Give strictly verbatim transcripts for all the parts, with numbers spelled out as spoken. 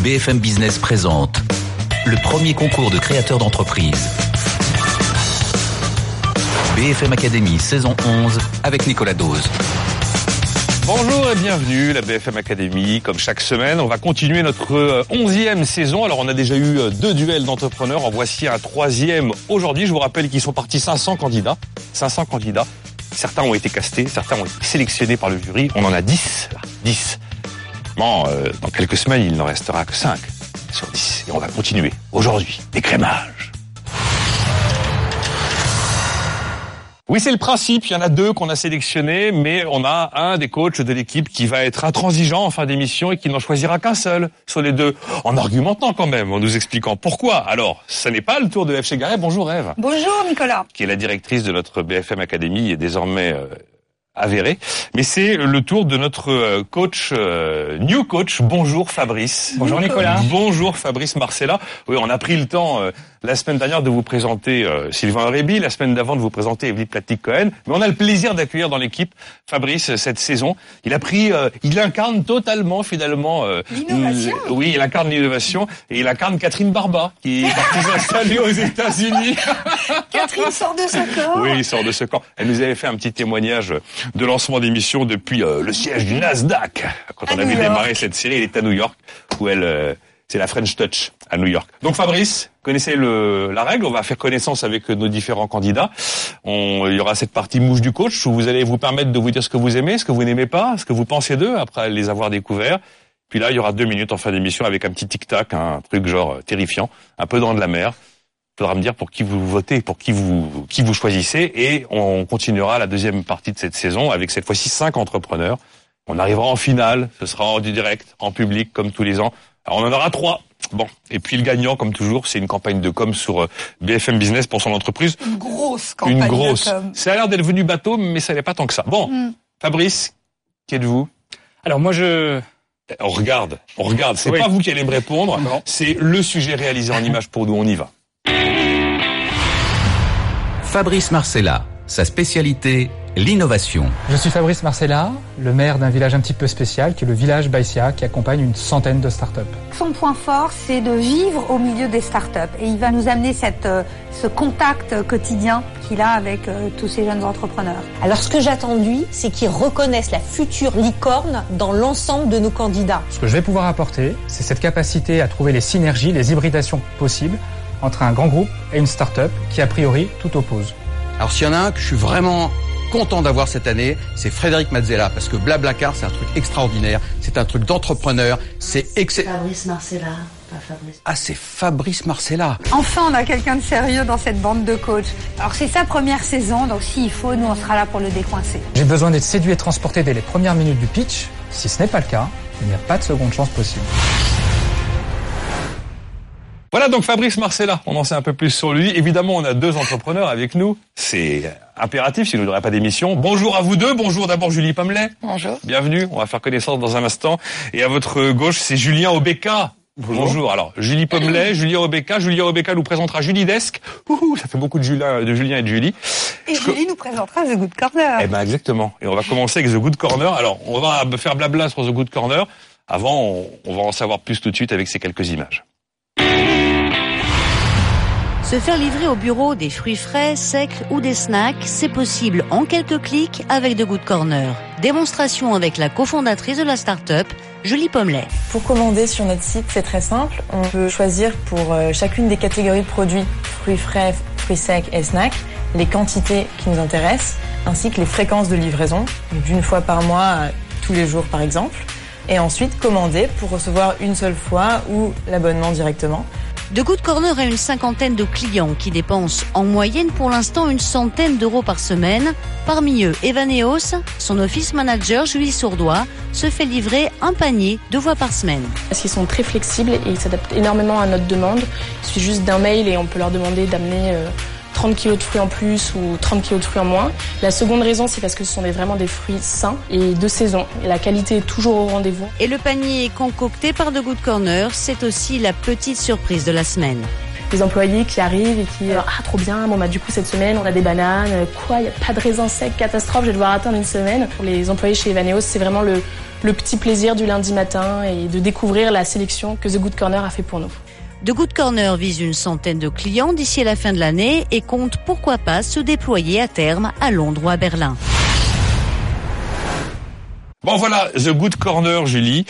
B F M Business présente le premier concours de créateurs d'entreprise. B F M Academy saison onze avec Nicolas Dose. Bonjour et bienvenue, la B F M Academy. Comme chaque semaine, on va continuer notre onzième saison. Alors, on a déjà eu deux duels d'entrepreneurs. En voici un troisième aujourd'hui. Je vous rappelle qu'ils sont partis cinq cents candidats. cinq cents candidats. Certains ont été castés, certains ont été sélectionnés par le jury. On en a dix. dix. Bon, euh, dans quelques semaines, il n'en restera que cinq sur dix. Et on va continuer. Aujourd'hui, l'écrémage. Oui, c'est le principe. Il y en a deux qu'on a sélectionnés, mais on a un des coachs de l'équipe qui va être intransigeant en fin d'émission et qui n'en choisira qu'un seul sur les deux, en argumentant quand même, en nous expliquant pourquoi. Alors, ce n'est pas le tour de Ève Chegaray. Bonjour Ève. Bonjour Nicolas. Qui est la directrice de notre B F M Academy et désormais euh, avérée. Mais c'est le tour de notre euh, coach, euh, new coach. Bonjour Fabrice. Bonjour Nicolas. Bonjour Fabrice Marcella. Oui, on a pris le temps euh, la semaine dernière de vous présenter euh, Sylvain Aurébi, la semaine d'avant de vous présenter Evelyne Platnik-Cohen. Mais on a le plaisir d'accueillir dans l'équipe Fabrice cette saison. Il a pris, euh, il incarne totalement finalement euh, l'innovation. Euh, oui, il incarne l'innovation et il incarne Catherine Barba qui est partie s'installer aux États-Unis. Catherine sort de ce corps. Oui, il sort de ce corps. Elle nous avait fait un petit témoignage de lancement d'émission depuis euh, le siège du Nasdaq. Quand on à avait New démarré York. cette série, elle est à New York où elle euh, c'est la French Touch à New York. Donc Fabrice, connaissez le, la règle, on va faire connaissance avec nos différents candidats. On, il y aura cette partie mouche du coach où vous allez vous permettre de vous dire ce que vous aimez, ce que vous n'aimez pas, ce que vous pensez d'eux après les avoir découverts. Puis là, il y aura deux minutes en fin d'émission avec un petit tic-tac, un truc genre terrifiant, un peu dans de la mer. Il faudra me dire pour qui vous votez, pour qui vous, qui vous choisissez. Et on continuera la deuxième partie de cette saison avec cette fois-ci cinq entrepreneurs. On arrivera en finale, ce sera en direct, en public, comme tous les ans. Alors on en aura trois. Bon, et puis le gagnant, comme toujours, c'est une campagne de com sur B F M Business pour son entreprise. Une grosse campagne Une grosse. de com. Ça a l'air d'être venu bateau, mais ça n'est pas tant que ça. Bon, Mm. Fabrice, qui êtes-vous? Alors moi je... On regarde, on regarde. C'est Oui. pas vous qui allez me répondre, Non. c'est le sujet réalisé en images pour nous. On y va. Fabrice Marcella, sa spécialité, l'innovation. Je suis Fabrice Marcella, le maire d'un village un petit peu spécial, qui est le village Baïsia, qui accompagne une centaine de startups. Son point fort, c'est de vivre au milieu des startups. Et il va nous amener cette, euh, ce contact quotidien qu'il a avec euh, tous ces jeunes entrepreneurs. Alors ce que j'attends de lui, c'est qu'il reconnaisse la future licorne dans l'ensemble de nos candidats. Ce que je vais pouvoir apporter, c'est cette capacité à trouver les synergies, les hybridations possibles entre un grand groupe et une startup qui a priori tout oppose. Alors s'il y en a un que je suis vraiment content d'avoir cette année, c'est Frédéric Mazzella, parce que Blablacar, c'est un truc extraordinaire, c'est un truc d'entrepreneur, c'est excellent. Fabrice Marcella, pas Fabrice. Ah, c'est Fabrice Marcella. Enfin, on a quelqu'un de sérieux dans cette bande de coachs. Alors c'est sa première saison, donc s'il faut, nous on sera là pour le décoincer. J'ai besoin d'être séduit et transporté dès les premières minutes du pitch. Si ce n'est pas le cas, il n'y a pas de seconde chance possible. Voilà donc Fabrice Marcella, on en sait un peu plus sur lui. Évidemment, on a deux entrepreneurs avec nous. C'est impératif, sinon il n'y aurait pas d'émission. Bonjour à vous deux. Bonjour d'abord Julie Pomelet. Bonjour. Bienvenue, on va faire connaissance dans un instant. Et à votre gauche, c'est Julien Obeka. Bonjour. Bonjour. Alors, Julie Pomelet, Julien Obeka. Julien Obeka nous présentera Julie Desk. Ouhou, ça fait beaucoup de Julien, de Julien et de Julie. Et Julie nous présentera The Good Corner. Eh ben exactement. Et on va commencer avec The Good Corner. Alors, on va faire blabla sur The Good Corner. Avant, on, on va en savoir plus tout de suite avec ces quelques images. Se faire livrer au bureau des fruits frais, secs ou des snacks, c'est possible en quelques clics avec The Good Corner. Démonstration avec la cofondatrice de la start-up, Julie Pomelet. Pour commander sur notre site, c'est très simple. On peut choisir pour euh, chacune des catégories de produits, fruits frais, fruits secs et snacks, les quantités qui nous intéressent, ainsi que les fréquences de livraison, d'une fois par mois, euh, tous les jours par exemple. Et ensuite commander pour recevoir une seule fois ou l'abonnement directement. The Good Corner a une cinquantaine de clients qui dépensent en moyenne pour l'instant une centaine d'euros par semaine. Parmi eux, Evaneos, son office manager Julie Sourdois, se fait livrer un panier deux fois par semaine. Parce qu'ils sont très flexibles et ils s'adaptent énormément à notre demande. Il suffit juste d'un mail et on peut leur demander d'amener euh, trente kilos de fruits en plus ou trente kilos de fruits en moins. La seconde raison, c'est parce que ce sont des, vraiment des fruits sains et de saison. Et la qualité est toujours au rendez-vous. Et le panier concocté par The Good Corner, c'est aussi la petite surprise de la semaine. Des employés qui arrivent et qui, ah trop bien, bon bah du coup cette semaine on a des bananes, quoi, il n'y a pas de raisins secs, catastrophe, je vais devoir attendre une semaine. Pour les employés chez Evaneos, c'est vraiment le, le petit plaisir du lundi matin et de découvrir la sélection que The Good Corner a fait pour nous. The Good Corner vise une centaine de clients d'ici à la fin de l'année et compte pourquoi pas se déployer à terme à Londres ou à Berlin. Bon voilà, The Good Corner, Julie.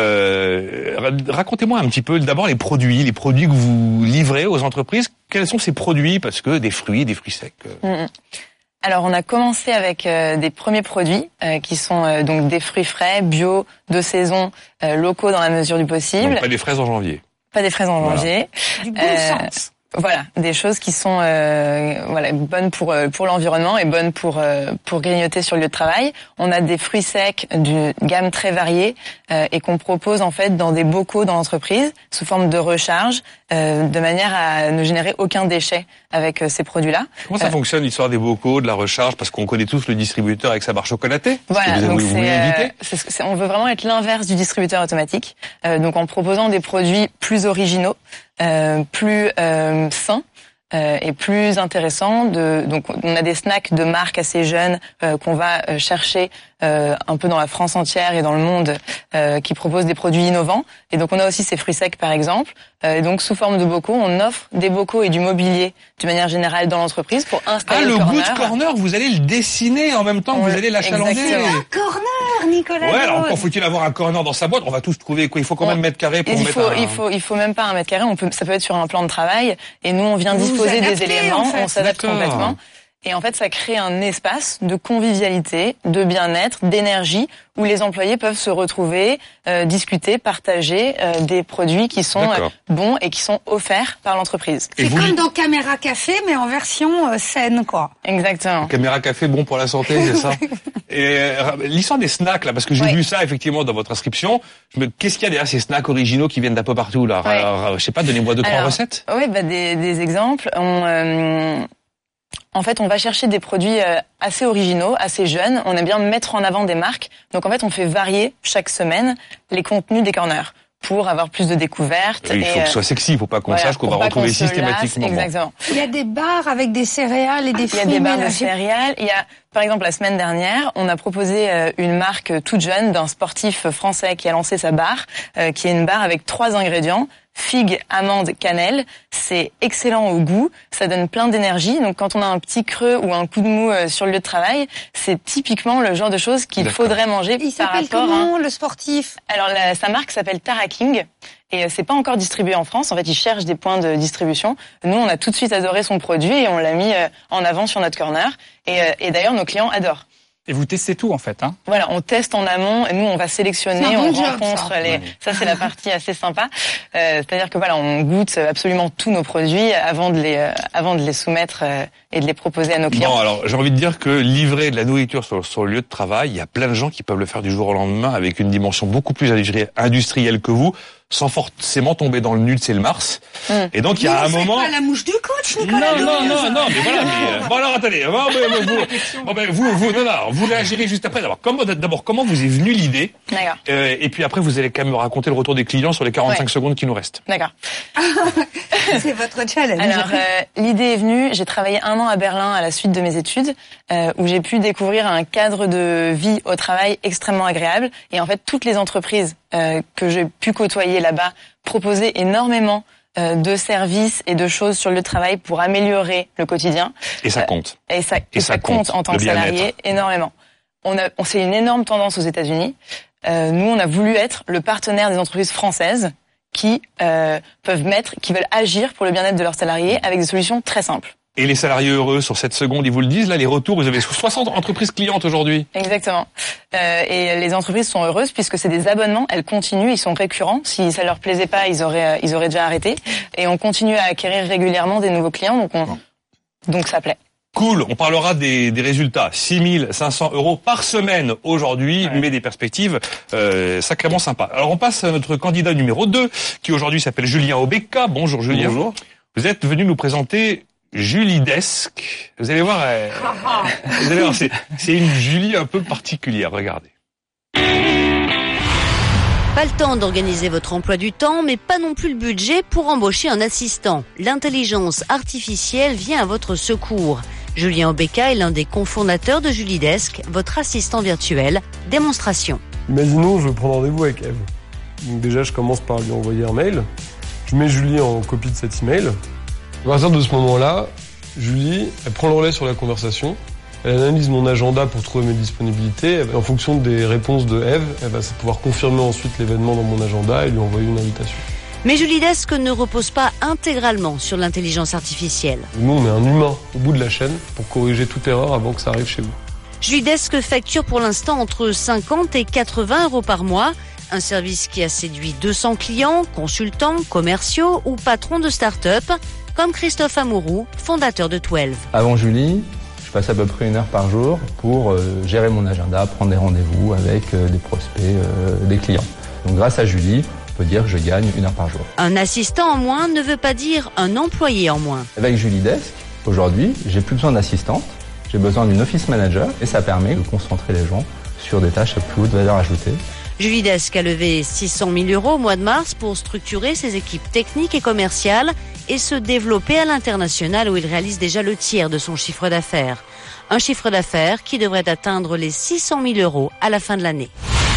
Euh, racontez-moi un petit peu d'abord les produits, les produits que vous livrez aux entreprises. Quels sont ces produits? Parce que des fruits, des fruits secs. Euh... Mmh. Alors on a commencé avec euh, des premiers produits euh, qui sont euh, donc des fruits frais, bio, de saison, euh, locaux dans la mesure du possible. Donc pas des fraises en janvier. Pas des fraises en voilà. janvier. Du bon Euh, sens. Voilà, des choses qui sont euh, voilà bonnes pour euh, pour l'environnement et bonnes pour euh, pour grignoter sur le lieu de travail. On a des fruits secs d'une gamme très variée euh, et qu'on propose en fait dans des bocaux dans l'entreprise sous forme de recharge, euh, de manière à ne générer aucun déchet avec euh, ces produits-là. Comment ça euh, fonctionne l'histoire des bocaux, de la recharge? Parce qu'on connaît tous le distributeur avec sa barre chocolatée. Voilà, vous, donc vous, vous c'est, euh, évitez c'est, c'est, on veut vraiment être l'inverse du distributeur automatique. Euh, donc en proposant des produits plus originaux, euh, plus euh, sains. Euh, et plus intéressant. De, donc, on a des snacks de marques assez jeunes euh, qu'on va euh, chercher euh, un peu dans la France entière et dans le monde, euh, qui proposent des produits innovants. Et donc, on a aussi ces fruits secs, par exemple. Euh, et donc, sous forme de bocaux, on offre des bocaux et du mobilier, de manière générale, dans l'entreprise pour installer ah, le, le corner. Good Corner, vous allez le dessiner en même temps que Ouais, vous allez l'achalander. exactement. Un corner, Nicolas. Ouais, alors Dose. encore faut-il avoir un corner dans sa boîte. On va tous trouver quoi. Il faut combien de mètres carrés pour il mettre faut, un... il faut, il faut même pas un mètre carré. On peut, ça peut être sur un plan de travail. Et nous, on vient Vous disposer vous des adaptez, éléments. en fait. On s'adapte D'accord. complètement. Et en fait, ça crée un espace de convivialité, de bien-être, d'énergie, où les employés peuvent se retrouver, euh, discuter, partager euh, des produits qui sont euh, bons et qui sont offerts par l'entreprise. C'est comme dans Caméra Café, mais en version euh, saine, quoi. Exactement. Caméra café, bon pour la santé, c'est ça. Et euh, l'histoire des snacks, là, parce que j'ai Ouais. vu ça effectivement dans votre inscription. Je me... Qu'est-ce qu'il y a derrière ces snacks originaux qui viennent d'un peu partout là? Ouais. Alors, je sais pas, donnez-moi deux trois Alors, recettes. Oui, bah des, des exemples. On, euh, en fait, on va chercher des produits euh, assez originaux, assez jeunes. On aime bien mettre en avant des marques. Donc, en fait, on fait varier chaque semaine les contenus des corners pour avoir plus de découvertes. Oui, il et, faut que euh, ce soit sexy, faut pas qu'on voilà, sache qu'on va pour pas retrouver qu'on se lasse. systématiquement. Exactement. Il y a des bars avec des céréales et des Il y fruits a des barres de mélangés. céréales. Il y a, par exemple, la semaine dernière, on a proposé euh, une marque toute jeune d'un sportif français qui a lancé sa barre, euh, qui est une barre avec trois ingrédients. Figues, amandes, cannelle. C'est excellent au goût. Ça donne plein d'énergie. Donc, quand on a un petit creux ou un coup de mou euh, sur le lieu de travail, c'est typiquement le genre de choses qu'il D'accord. faudrait manger Il par s'appelle rapport comment, à... le sportif? Alors, la, sa marque s'appelle Tara King. Et euh, c'est pas encore distribué en France. En fait, il cherche des points de distribution. Nous, on a tout de suite adoré son produit et on l'a mis euh, en avant sur notre corner. Et, euh, et d'ailleurs, nos clients adorent. Et vous testez tout en fait, hein? Voilà, on teste en amont. Et nous, on va sélectionner, C'est un on bon job, rencontre ça. les. Ça, c'est la partie assez sympa. Euh, c'est-à-dire que voilà, on goûte absolument tous nos produits avant de les, euh, avant de les soumettre euh, et de les proposer à nos clients. Bon, alors j'ai envie de dire que livrer de la nourriture sur, sur le lieu de travail, il y a plein de gens qui peuvent le faire du jour au lendemain avec une dimension beaucoup plus industrie- industrielle que vous, sans forcément tomber dans le nul, c'est le Mars. Mm. Et donc il y a Mais un c'est moment. pas la mouche du coach, Nicolas. Non, non, Dose. non, non, mais voilà, mais, euh, bon alors attendez, bon, mais, mais, vous, bon, ben, vous, vous, non, non, vous réagirez juste après. D'abord, comment, d'abord, comment vous est venue l'idée? D'accord. Euh, et puis après, vous allez quand même me raconter le retour des clients sur les quarante-cinq Ouais. secondes qui nous restent. D'accord. C'est votre challenge. Alors, euh, l'idée est venue. J'ai travaillé un an à Berlin à la suite de mes études, euh, où j'ai pu découvrir un cadre de vie au travail extrêmement agréable. Et en fait, toutes les entreprises euh, que j'ai pu côtoyer là-bas proposaient énormément euh, de services et de choses sur le travail pour améliorer le quotidien. Et ça compte. Et ça, et Et ça ça compte, compte, en tant le que bien-être. salarié énormément. On a, on c'est une énorme tendance aux États-Unis. Euh, nous, on a voulu être le partenaire des entreprises françaises qui euh, peuvent mettre, qui veulent agir pour le bien-être de leurs salariés avec des solutions très simples. Et les salariés heureux sur cette seconde, ils vous le disent, là, les retours, vous avez soixante entreprises clientes aujourd'hui. Exactement. Euh, et les entreprises sont heureuses puisque c'est des abonnements, elles continuent, ils sont récurrents. Si ça leur plaisait pas, ils auraient, ils auraient déjà arrêté. Et on continue à acquérir régulièrement des nouveaux clients, donc on, donc ça plaît. Cool, on parlera des, des résultats. six mille cinq cents euros par semaine aujourd'hui, Ouais. mais des perspectives euh, sacrément sympas. Alors on passe à notre candidat numéro deux, qui aujourd'hui s'appelle Julien Obeka. Bonjour Julien. Bonjour. Vous êtes venu nous présenter Julidesque. Vous allez voir, euh, vous allez voir, c'est, c'est une Julie un peu particulière, regardez. Pas le temps d'organiser votre emploi du temps, mais pas non plus le budget pour embaucher un assistant. L'intelligence artificielle vient à votre secours. Julien Obeka est l'un des cofondateurs de Julidesque, votre assistant virtuel. Démonstration. Imaginons, je veux prendre rendez-vous avec Eve. Donc déjà, je commence par lui envoyer un mail. Je mets Julie en copie de cet email. À partir de ce moment-là, Julie, elle prend le relais sur la conversation. Elle analyse mon agenda pour trouver mes disponibilités. En fonction des réponses de Eve, elle va pouvoir confirmer ensuite l'événement dans mon agenda et lui envoyer une invitation. Mais Julidesk ne repose pas intégralement sur l'intelligence artificielle. Nous, on est un humain au bout de la chaîne pour corriger toute erreur avant que ça arrive chez vous. Julidesk facture pour l'instant entre cinquante et quatre-vingts euros par mois. Un service qui a séduit deux cents clients, consultants, commerciaux ou patrons de start-up, comme Christophe Amouroux, fondateur de douze. Avant Julie, je passe à peu près une heure par jour pour euh, gérer mon agenda, prendre des rendez-vous avec euh, des prospects, euh, des clients. Donc grâce à Julie, on peut dire que je gagne une heure par jour. Un assistant en moins ne veut pas dire un employé en moins. Avec Julidesk, aujourd'hui, j'ai plus besoin d'assistante, j'ai besoin d'une office manager et ça permet de concentrer les gens sur des tâches à plus haute valeur ajoutée. Julidesk a levé six cent mille euros au mois de mars pour structurer ses équipes techniques et commerciales et se développer à l'international où il réalise déjà le tiers de son chiffre d'affaires. Un chiffre d'affaires qui devrait atteindre les six cent mille euros à la fin de l'année.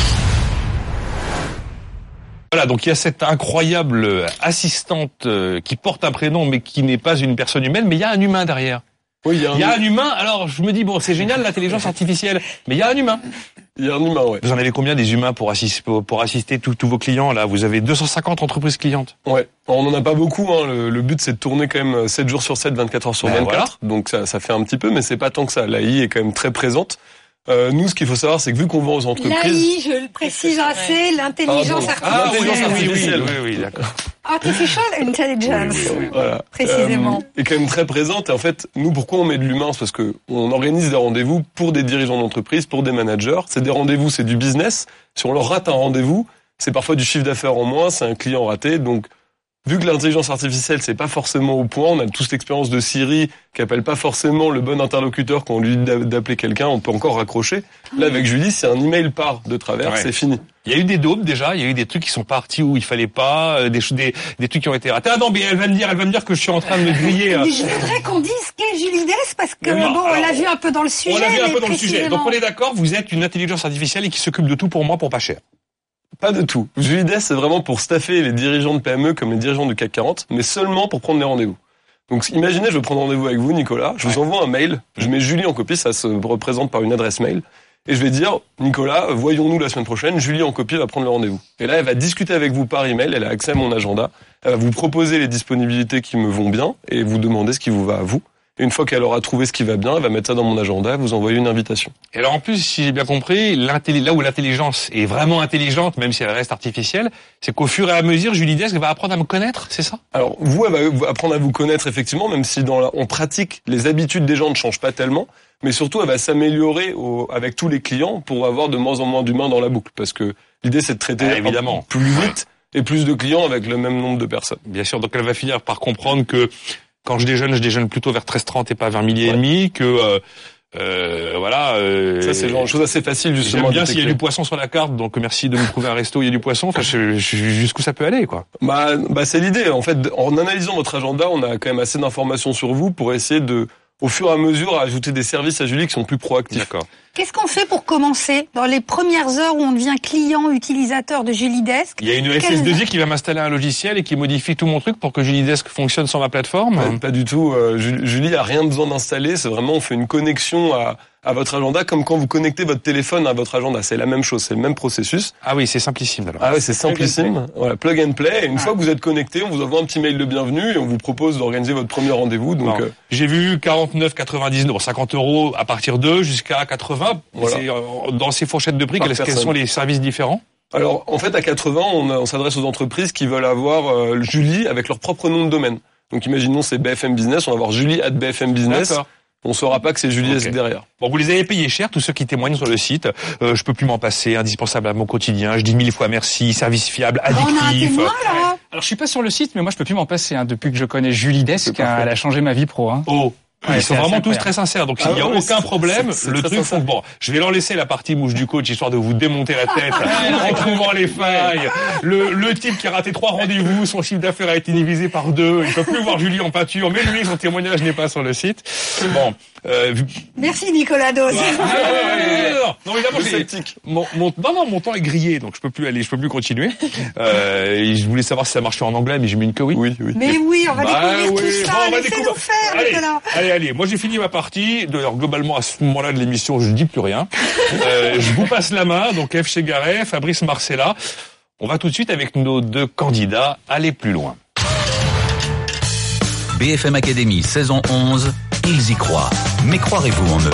Voilà, donc il y a cette incroyable assistante qui porte un prénom mais qui n'est pas une personne humaine, mais il y a un humain derrière. Oui, il y a un, il y a un humain, alors je me dis, bon, c'est génial l'intelligence artificielle, mais il y a un humain. Il y a un humain, ouais. Vous en avez combien des humains pour assister, pour assister tous, tous vos clients, là? Vous avez deux cent cinquante entreprises clientes. Ouais. On n'en a pas beaucoup, hein. Le, le but, c'est de tourner quand même sept jours sur sept, vingt-quatre heures sur vingt-quatre. Ben voilà. Donc ça, ça fait un petit peu, mais c'est pas tant que ça. L'A I est quand même très présente. Euh, nous, ce qu'il faut savoir, c'est que vu qu'on vend aux entreprises... L'A I, je le précise assez, l'intelligence ah, artificielle. Ah, oui, oui, oui, oui, oui, d'accord. Artificial Intelligence, oui, oui, oui. Voilà. Précisément. Euh, est quand même très présente. Et en fait, nous, pourquoi on met de l'humain? C'est parce que on organise des rendez-vous pour des dirigeants d'entreprise, pour des managers. C'est des rendez-vous, c'est du business. Si on leur rate un rendez-vous, c'est parfois du chiffre d'affaires en moins, c'est un client raté. Donc, vu que l'intelligence artificielle, c'est pas forcément au point, on a tous l'expérience de Siri qui appelle pas forcément le bon interlocuteur quand on lui dit d'appeler quelqu'un, on peut encore raccrocher. Là, avec Julie, c'est un email par de travers, ouais. C'est fini. Il y a eu des daubes déjà, il y a eu des trucs qui sont partis où il fallait pas, des des, des trucs qui ont été ratés. Ah non, mais elle va me dire, elle va me dire que je suis en train de me griller. Mais je voudrais qu'on dise qu'est Julidesk parce que non, bon, alors, on l'a vu un peu dans le sujet. On l'a vu un peu dans le sujet. Donc on est d'accord, vous êtes une intelligence artificielle et qui s'occupe de tout pour moi pour pas cher. Pas de tout. Julidesk, c'est vraiment pour staffer les dirigeants de P M E comme les dirigeants du C A C quarante, mais seulement pour prendre les rendez-vous. Donc, imaginez, je veux prendre rendez-vous avec vous, Nicolas. Je ouais. vous envoie un mail. Je mets Julie en copie. Ça se représente par une adresse mail. Et je vais dire, Nicolas, voyons-nous la semaine prochaine. Julie en copie va prendre le rendez-vous. Et là, elle va discuter avec vous par email. Elle a accès à mon agenda. Elle va vous proposer les disponibilités qui me vont bien et vous demander ce qui vous va à vous. Et une fois qu'elle aura trouvé ce qui va bien, elle va mettre ça dans mon agenda, vous envoyer une invitation. Et alors en plus, si j'ai bien compris, là où l'intelligence est vraiment intelligente, même si elle reste artificielle, c'est qu'au fur et à mesure, Julidesk va apprendre à me connaître, c'est ça? Alors vous, elle va apprendre à vous connaître effectivement, même si dans la, en pratique, les habitudes des gens ne changent pas tellement, mais surtout elle va s'améliorer au, avec tous les clients pour avoir de moins en moins d'humains dans la boucle, parce que l'idée c'est de traiter ah, évidemment. plus vite et plus de clients avec le même nombre de personnes. Bien sûr, donc elle va finir par comprendre que quand je déjeune, je déjeune plutôt vers treize heures trente et pas vers midi et demi, que euh, euh, voilà. Euh, ça c'est genre une chose assez facile justement. J'aime bien s'il y a du poisson sur la carte, donc merci de me trouver un resto où il y a du poisson. Enfin, je, je, jusqu'où ça peut aller, quoi. Bah, bah c'est l'idée. En fait, en analysant votre agenda, on a quand même assez d'informations sur vous pour essayer de, au fur et à mesure, ajouter des services à Julie qui sont plus proactifs. D'accord. Qu'est-ce qu'on fait pour commencer dans les premières heures où on devient client, utilisateur de Julidesk? Il y a une S S deux I qui va m'installer un logiciel et qui modifie tout mon truc pour que Julidesk fonctionne sur ma plateforme. Ouais, pas du tout. Euh, Julie a rien besoin d'installer. C'est vraiment, on fait une connexion à, à votre agenda comme quand vous connectez votre téléphone à votre agenda. C'est la même chose, c'est le même processus. Ah oui, c'est simplissime alors. Ah oui, c'est simplissime. Voilà, plug and play. Et une ah. fois que vous êtes connecté, on vous envoie un petit mail de bienvenue et on vous propose d'organiser votre premier rendez-vous. Donc, euh... j'ai vu quarante-neuf quatre-vingt-dix-neuf, bon, cinquante euros à partir de jusqu'à quatre-vingts. Voilà. C'est, euh, dans ces fourchettes de prix, quels, quels sont les services différents? Alors, en fait, à quatre-vingts, on, on s'adresse aux entreprises qui veulent avoir euh, Julie avec leur propre nom de domaine. Donc, imaginons c'est B F M Business, on va avoir Julie at B F M Business. D'accord. On saura pas que c'est Julie okay. derrière. Bon, vous les avez payés cher, tous ceux qui témoignent sur le site. Euh, je peux plus m'en passer, indispensable à mon quotidien. Je dis mille fois merci, service fiable, addictif. On a un témoin, là. Alors, je suis pas sur le site, mais moi, je peux plus m'en passer. Hein. Depuis que je connais Julidesk, hein, elle a changé ma vie pro. Hein. Oh. Ouais, ils sont vraiment tous incroyable. très sincères, donc il Ah n'y a ouais, aucun c'est- problème. c'est- c'est Le très truc, sincère. faut, bon, je vais leur laisser la partie mouche du coach, histoire de vous démonter la tête en trouvant les failles. Le, le type qui a raté trois rendez-vous, son chiffre d'affaires a été divisé par deux, il peut plus voir Julie en peinture, mais lui, son témoignage n'est pas sur le site. Bon, euh, vu- Merci Nicolas Dose. Ah, ouais, ouais, ouais, non, non, évidemment, Le j'ai- sceptique. mon, mon, non, non, mon temps est grillé, donc je peux plus aller, je peux plus continuer. Euh, et je voulais savoir si ça marchait en anglais, mais j'imagine que oui. Oui, oui. Mais oui, on va Bah découvrir oui, tout ça. bon, on va Laissez-nous découvrir. faire, Allez, Nicolas. allez, allez. Moi, j'ai fini ma partie. D'ailleurs, globalement, à ce moment-là de l'émission, je dis plus rien. Euh, je vous passe la main. Donc, F. Chegaray, Fabrice Marcella. On va tout de suite avec nos deux candidats aller plus loin. B F M Academy, saison onze, ils y croient. Mais croirez-vous en eux?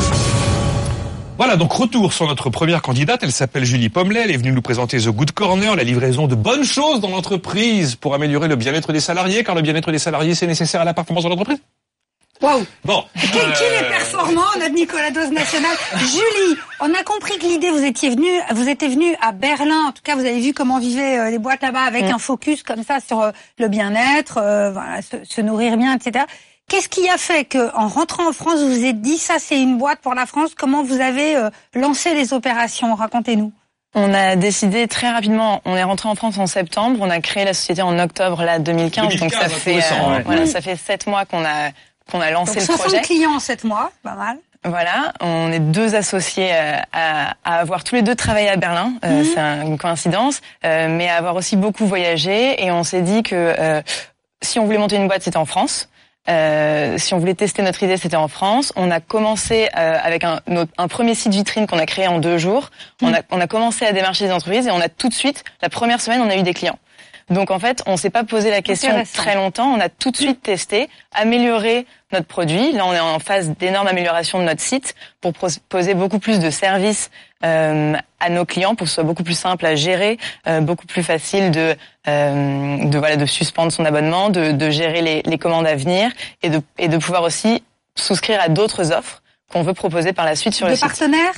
Voilà, donc retour sur notre première candidate. Elle s'appelle Julie Pommelet. Elle est venue nous présenter The Good Corner, la livraison de bonnes choses dans l'entreprise pour améliorer le bien-être des salariés, car le bien-être des salariés, c'est nécessaire à la performance de l'entreprise. Waouh. Bon. Quel qu'il est performant, notre Nicolas Dose national. Julie, on a compris que l'idée, vous étiez venu, vous étiez venu à Berlin. En tout cas, vous avez vu comment vivaient euh, les boîtes là-bas avec Mm. un focus comme ça sur euh, le bien-être, euh, voilà, se, se nourrir bien, et cetera. Qu'est-ce qui a fait que, en rentrant en France, vous vous êtes dit ça, c'est une boîte pour la France? Comment vous avez euh, lancé les opérations? Racontez-nous. On a décidé très rapidement, on est rentré en France en septembre, on a créé la société en octobre là deux mille quinze, deux mille quinze, donc ça tout fait récent, euh, ouais. voilà, Mm. ça fait sept mois qu'on a qu'on a lancé Donc, le soixante projet. clients en sept mois, pas mal. Voilà, on est deux associés euh, à, à avoir tous les deux travaillé à Berlin, euh, Mhm. c'est un- une coïncidence, euh, mais à avoir aussi beaucoup voyagé, et on s'est dit que euh, si on voulait monter une boîte, c'était en France. Euh, si on voulait tester notre idée, c'était en France. On a commencé euh, avec un, notre- un premier site vitrine qu'on a créé en deux jours. On a, on a commencé à démarcher des entreprises et on a tout de suite, la première semaine, on a eu des clients. Donc en fait, on s'est pas posé la question Intéressant. très longtemps. On a tout de suite testé, amélioré notre produit. Là, on est en phase d'énorme amélioration de notre site pour proposer beaucoup plus de services euh, à nos clients, pour que ce soit beaucoup plus simple à gérer, euh, beaucoup plus facile de, euh, de voilà, de suspendre son abonnement, de, de gérer les, les commandes à venir et de, et de pouvoir aussi souscrire à d'autres offres qu'on veut proposer par la suite sur De le site. partenaires?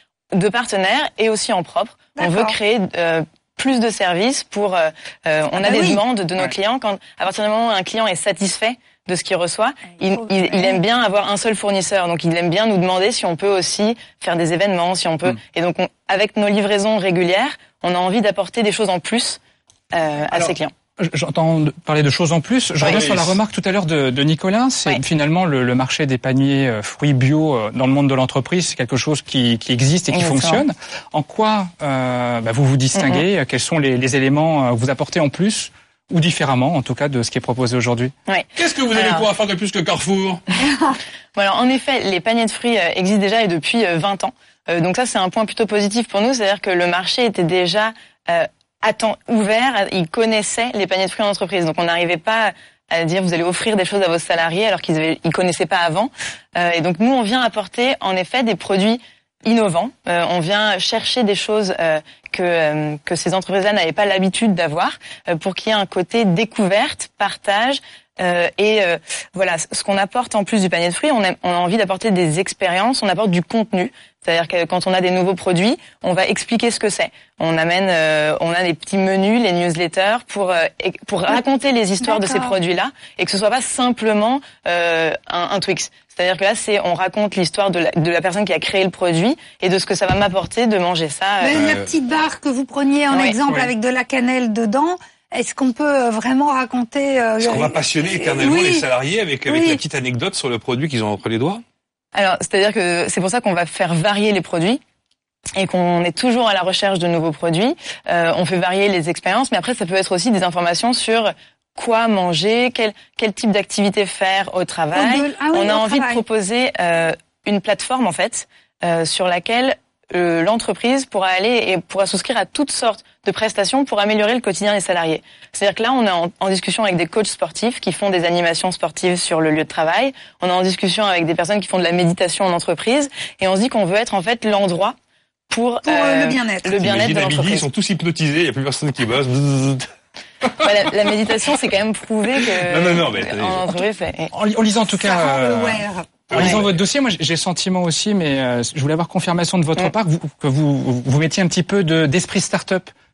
De partenaires et aussi en propre. On veut D'accord. créer euh, plus de services pour. Euh, euh, on Ah a bah des oui. demandes de nos Ouais. clients quand, à partir du moment où un client est satisfait de ce qu'il reçoit, il, faut- il, il aime bien avoir un seul fournisseur. Donc, il aime bien nous demander si on peut aussi faire des événements, si on peut. Mm. Et donc, on, avec nos livraisons régulières, on a envie d'apporter des choses en plus euh, à Alors, ses clients. J'entends de- parler de choses en plus. Je Oui. reviens sur la remarque tout à l'heure de, de Nicolas. C'est Oui. finalement le, le marché des paniers euh, fruits bio euh, dans le monde de l'entreprise. C'est quelque chose qui, qui existe et qui Exactement. fonctionne. En quoi euh, bah, vous vous distinguez? Quels sont les, les éléments euh, que vous apportez en plus ou différemment, en tout cas, de ce qui est proposé aujourd'hui? Ouais. Qu'est-ce que vous avez Alors. pour faire de plus que Carrefour? Bon, alors, en effet, les paniers de fruits euh, existent déjà et depuis euh, vingt ans. Euh, donc ça, c'est un point plutôt positif pour nous. C'est-à-dire que le marché était déjà euh, à temps ouvert. Il connaissait les paniers de fruits en entreprise. Donc on n'arrivait pas à dire vous allez offrir des choses à vos salariés alors qu'ils avaient, ils connaissaient pas avant. Euh, et donc nous, on vient apporter en effet des produits innovants. Euh, on vient chercher des choses euh, que euh, que ces entreprises-là n'avaient pas l'habitude d'avoir euh, pour qu'il y ait un côté découverte, partage. Euh, et euh, voilà, ce qu'on apporte en plus du panier de fruits, on a, on a envie d'apporter des expériences, on apporte du contenu. C'est-à-dire que quand on a des nouveaux produits, on va expliquer ce que c'est. On amène, euh, on a des petits menus, les newsletters pour euh, pour raconter les histoires de ces D'accord. produits-là et que ce soit pas simplement euh, un, un Twix. C'est-à-dire que là, c'est on raconte l'histoire de la, de la personne qui a créé le produit et de ce que ça va m'apporter de manger ça. Mais euh, La petite barre que vous preniez en Oui, exemple oui. avec de la cannelle dedans, est-ce qu'on peut euh, vraiment raconter euh, Est-ce qu'on le- va passionner éternellement Oui. les salariés avec, avec Oui. la petite anecdote sur le produit qu'ils ont entre les doigts? Alors, c'est-à-dire que c'est pour ça qu'on va faire varier les produits et qu'on est toujours à la recherche de nouveaux produits. Euh, on fait varier les expériences, mais après, ça peut être aussi des informations sur quoi manger, quel, quel type d'activité faire au travail. Au de- ah oui, on a au envie travail. de proposer euh, une plateforme, en fait, euh, sur laquelle euh, l'entreprise pourra aller et pourra souscrire à toutes sortes de prestations pour améliorer le quotidien des salariés. C'est-à-dire que là, on est en, en discussion avec des coachs sportifs qui font des animations sportives sur le lieu de travail. On est en discussion avec des personnes qui font de la méditation en entreprise. Et on se dit qu'on veut être en fait l'endroit pour, Pour, euh, le bien-être. Le bien-être de Imagine, à midi, ils l'entreprise. sont tous hypnotisés, il n'y a plus personne qui bosse. Bzzz. Ouais, la, la méditation, c'est quand même prouvé que Non, non, non, mais attendez. en entreprise, c'est... En, li- en lisant en tout cas, Ça rend euh, aware. en lisant Ouais. votre dossier, moi j'ai le sentiment aussi, mais euh, je voulais avoir confirmation de votre Ouais. part que vous, que vous vous mettiez un petit peu de d'esprit start-up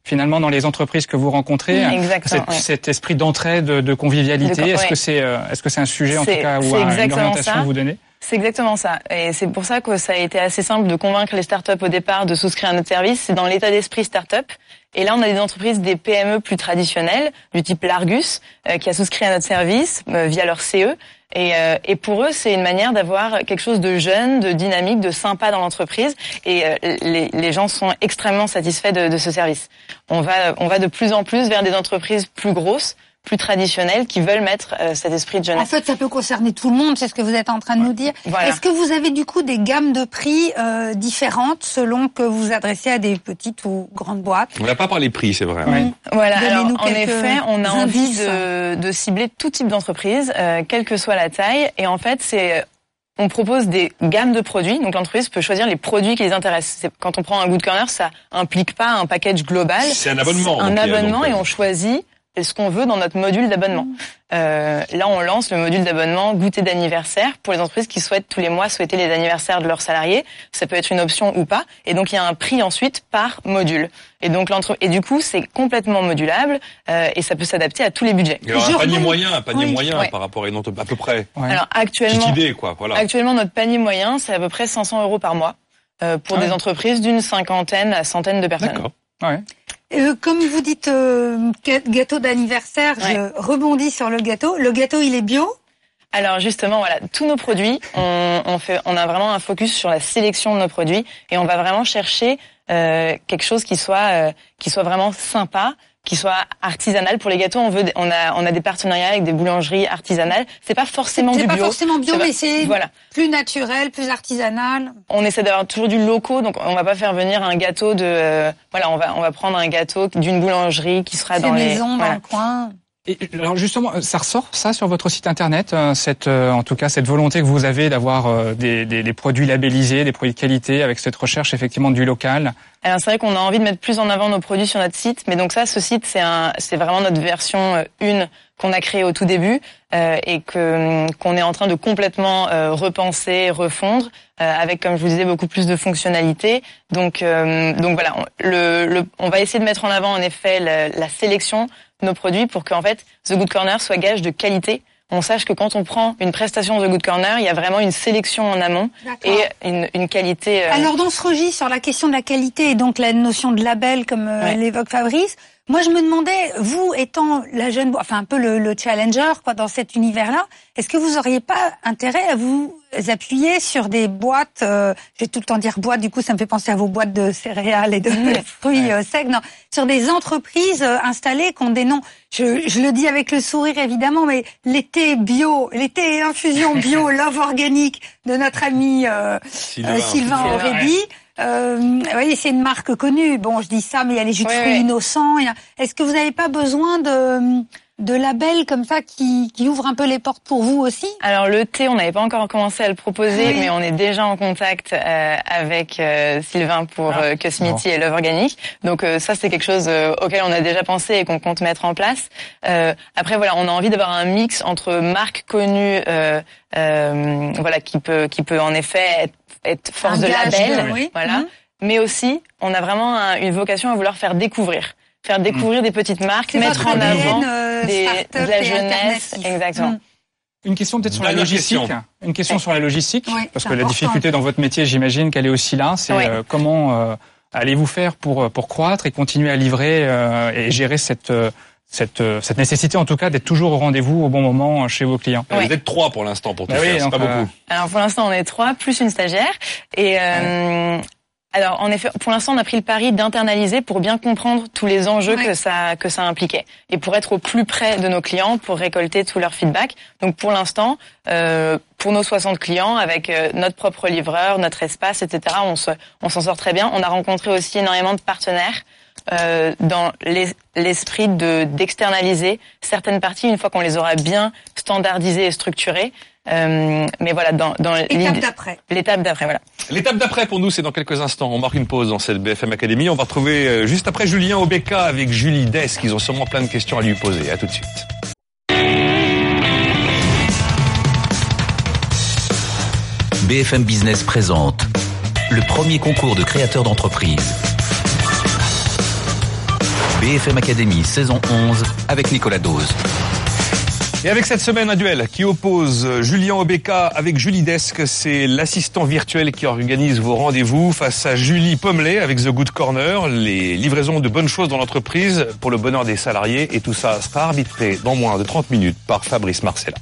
finalement dans les entreprises que vous rencontrez, Exactement, cet, ouais. cet esprit d'entraide, de, de convivialité. De, est-ce ouais. que c'est euh, est-ce que c'est un sujet en c'est, tout cas ou un, une orientation ça. que vous donnez? C'est exactement ça. Et c'est pour ça que ça a été assez simple de convaincre les startups au départ de souscrire à notre service. C'est dans l'état d'esprit startup. Et là, on a des entreprises, des P M E plus traditionnelles, du type Largus, euh, qui a souscrit à notre service euh, via leur C E. Et, euh, et pour eux, c'est une manière d'avoir quelque chose de jeune, de dynamique, de sympa dans l'entreprise. Et euh, les, les gens sont extrêmement satisfaits de, de ce service. On va, on va de plus en plus vers des entreprises plus grosses, plus traditionnels qui veulent mettre euh, cet esprit de jeunesse. En fait, ça peut concerner tout le monde, c'est ce que vous êtes en train de nous dire. Voilà. Est-ce que vous avez du coup des gammes de prix euh, différentes selon que vous vous adressez à des petites ou grandes boîtes? On n'a pas parlé prix, c'est vrai. Oui. Voilà. Alors, Donnez-nous en quelques effet, on a indices. envie de, de cibler tout type d'entreprise, euh, quelle que soit la taille. Et en fait, c'est on propose des gammes de produits. Donc l'entreprise peut choisir les produits qui les intéressent. C'est, quand on prend un Good Corner, ça implique pas un package global. C'est un abonnement. C'est un donc, abonnement donc, et on choisit ce qu'on veut dans notre module d'abonnement. Euh, là, on lance le module d'abonnement goûter d'anniversaire pour les entreprises qui souhaitent tous les mois souhaiter les anniversaires de leurs salariés. Ça peut être une option ou pas. Et donc, il y a un prix ensuite par module. Et donc, l'entre... et du coup, c'est complètement modulable euh, et ça peut s'adapter à tous les budgets. Il y aura un panier moyen, un panier Oui. moyen Ouais. par rapport à une entreprise, à peu près. Ouais. Alors, actuellement, Petite idée, quoi. Voilà. actuellement, notre panier moyen, c'est à peu près cinq cents euros par mois euh, pour Ah des ouais. entreprises d'une cinquantaine à centaine de personnes. D'accord. Ouais. Euh, comme vous dites euh, gâteau d'anniversaire, Ouais. je rebondis sur le gâteau. Le gâteau, il est bio? Alors justement, voilà, tous nos produits, on, on fait, on a vraiment un focus sur la sélection de nos produits et on va vraiment chercher euh, quelque chose qui soit, euh, qui soit vraiment sympa, qui soit artisanal. Pour les gâteaux, on veut, on a, on a des partenariats avec des boulangeries artisanales. C'est pas forcément C'est du pas bio. forcément bio, C'est pas- mais c'est voilà. plus naturel, plus artisanal. On essaie d'avoir toujours du locaux, donc on va pas faire venir un gâteau de, euh, voilà, on va, on va prendre un gâteau d'une boulangerie qui sera C'est dans les, maison dans voilà. le coin. Et alors justement, ça ressort ça sur votre site internet, euh, cette, euh, en tout cas cette volonté que vous avez d'avoir euh, des, des, des produits labellisés, des produits de qualité, avec cette recherche effectivement du local. Alors c'est vrai qu'on a envie de mettre plus en avant nos produits sur notre site, mais donc ça, ce site, c'est un, c'est vraiment notre version euh, une qu'on a créée au tout début euh, et que qu'on est en train de complètement euh, repenser, refondre, euh, avec, comme je vous disais, beaucoup plus de fonctionnalités. Donc euh, donc voilà, on, le, le, on va essayer de mettre en avant en effet la, la sélection de nos produits pour qu'en fait The Good Corner soit gage de qualité. On sache que quand on prend une prestation The Good Corner, il y a vraiment une sélection en amont D'accord. et une, une qualité. Euh... Alors dans ce registre sur la question de la qualité et donc la notion de label comme euh, Ouais. l'évoque Fabrice, moi je me demandais, vous étant la jeune, enfin un peu le, le challenger quoi dans cet univers-là, est-ce que vous auriez pas intérêt à vous appuyer sur des boîtes, euh, je vais tout le temps dire boîtes, du coup ça me fait penser à vos boîtes de céréales et de fruits euh, secs, non, sur des entreprises euh, installées qui ont des noms, je, je le dis avec le sourire évidemment, mais les thés bio, les thés et infusions bio, love organique de notre ami euh, Sylvain. euh, Sylvain Sylvain, Aurébi. Euh, vous voyez, c'est une marque connue. Bon, je dis ça, mais il y a les jus de Ouais, fruits ouais. innocents. il y a- Est-ce que vous n'avez pas besoin de, de labels comme ça qui, qui ouvrent un peu les portes pour vous aussi? Alors le thé, on n'avait pas encore commencé à le proposer, Oui. mais on est déjà en contact euh, avec euh, Sylvain pour Ah, euh, Cosmiti et Love Organique. Donc euh, ça, c'est quelque chose euh, auquel on a déjà pensé et qu'on compte mettre en place. Euh, après, voilà, on a envie d'avoir un mix entre marques connues, euh, euh, voilà, qui peut, qui peut en effet être, être force Un de gage label, de- oui. voilà. Mhm. Mais aussi, on a vraiment un- une vocation à vouloir faire découvrir, faire découvrir des petites marques, C'est mettre votre en A D N, avant euh, des, start-up de la et jeunesse, alternatif. exactement. Mm. Une question peut-être sur la Dernière logistique. question. Une question Ouais. sur la logistique, Ouais, parce c'est que la important. difficulté dans votre métier, j'imagine qu'elle est aussi là. C'est Ouais. euh, comment euh, allez-vous faire pour pour croître et continuer à livrer euh, et gérer cette euh, cette euh, cette nécessité en tout cas d'être toujours au rendez-vous au bon moment chez vos clients. Vous Ouais. êtes trois pour l'instant pour tout Bah oui, faire, c'est donc, pas euh, beaucoup. Alors pour l'instant on est trois plus une stagiaire et euh, alors en effet pour l'instant on a pris le pari d'internaliser pour bien comprendre tous les enjeux Ouais. que ça que ça impliquait et pour être au plus près de nos clients pour récolter tout leur feedback. Donc pour l'instant euh, pour nos soixante clients avec euh, notre propre livreur, notre espace, et cetera. On se on s'en sort très bien. On a rencontré aussi énormément de partenaires. Euh, dans l'es- l'esprit de d'externaliser certaines parties une fois qu'on les aura bien standardisées et structurées. Euh, mais voilà, dans, dans Étape l'idée- d'après. l'étape d'après, voilà. L'étape d'après pour nous, c'est dans quelques instants. On marque une pause dans cette B F M Academy. On va retrouver euh, juste après Julien Obeka avec Julie Dess, qui ont sûrement plein de questions à lui poser. À tout de suite. B F M Business présente le premier concours de créateurs d'entreprise. B F M Academy saison onze avec Nicolas Dose. Et avec cette semaine, un duel qui oppose Julien Obeka avec Julie Desk. C'est l'assistant virtuel qui organise vos rendez-vous face à Julie Pommelet avec The Good Corner, les livraisons de bonnes choses dans l'entreprise pour le bonheur des salariés. Et tout ça sera arbitré dans moins de trente minutes par Fabrice Marcella.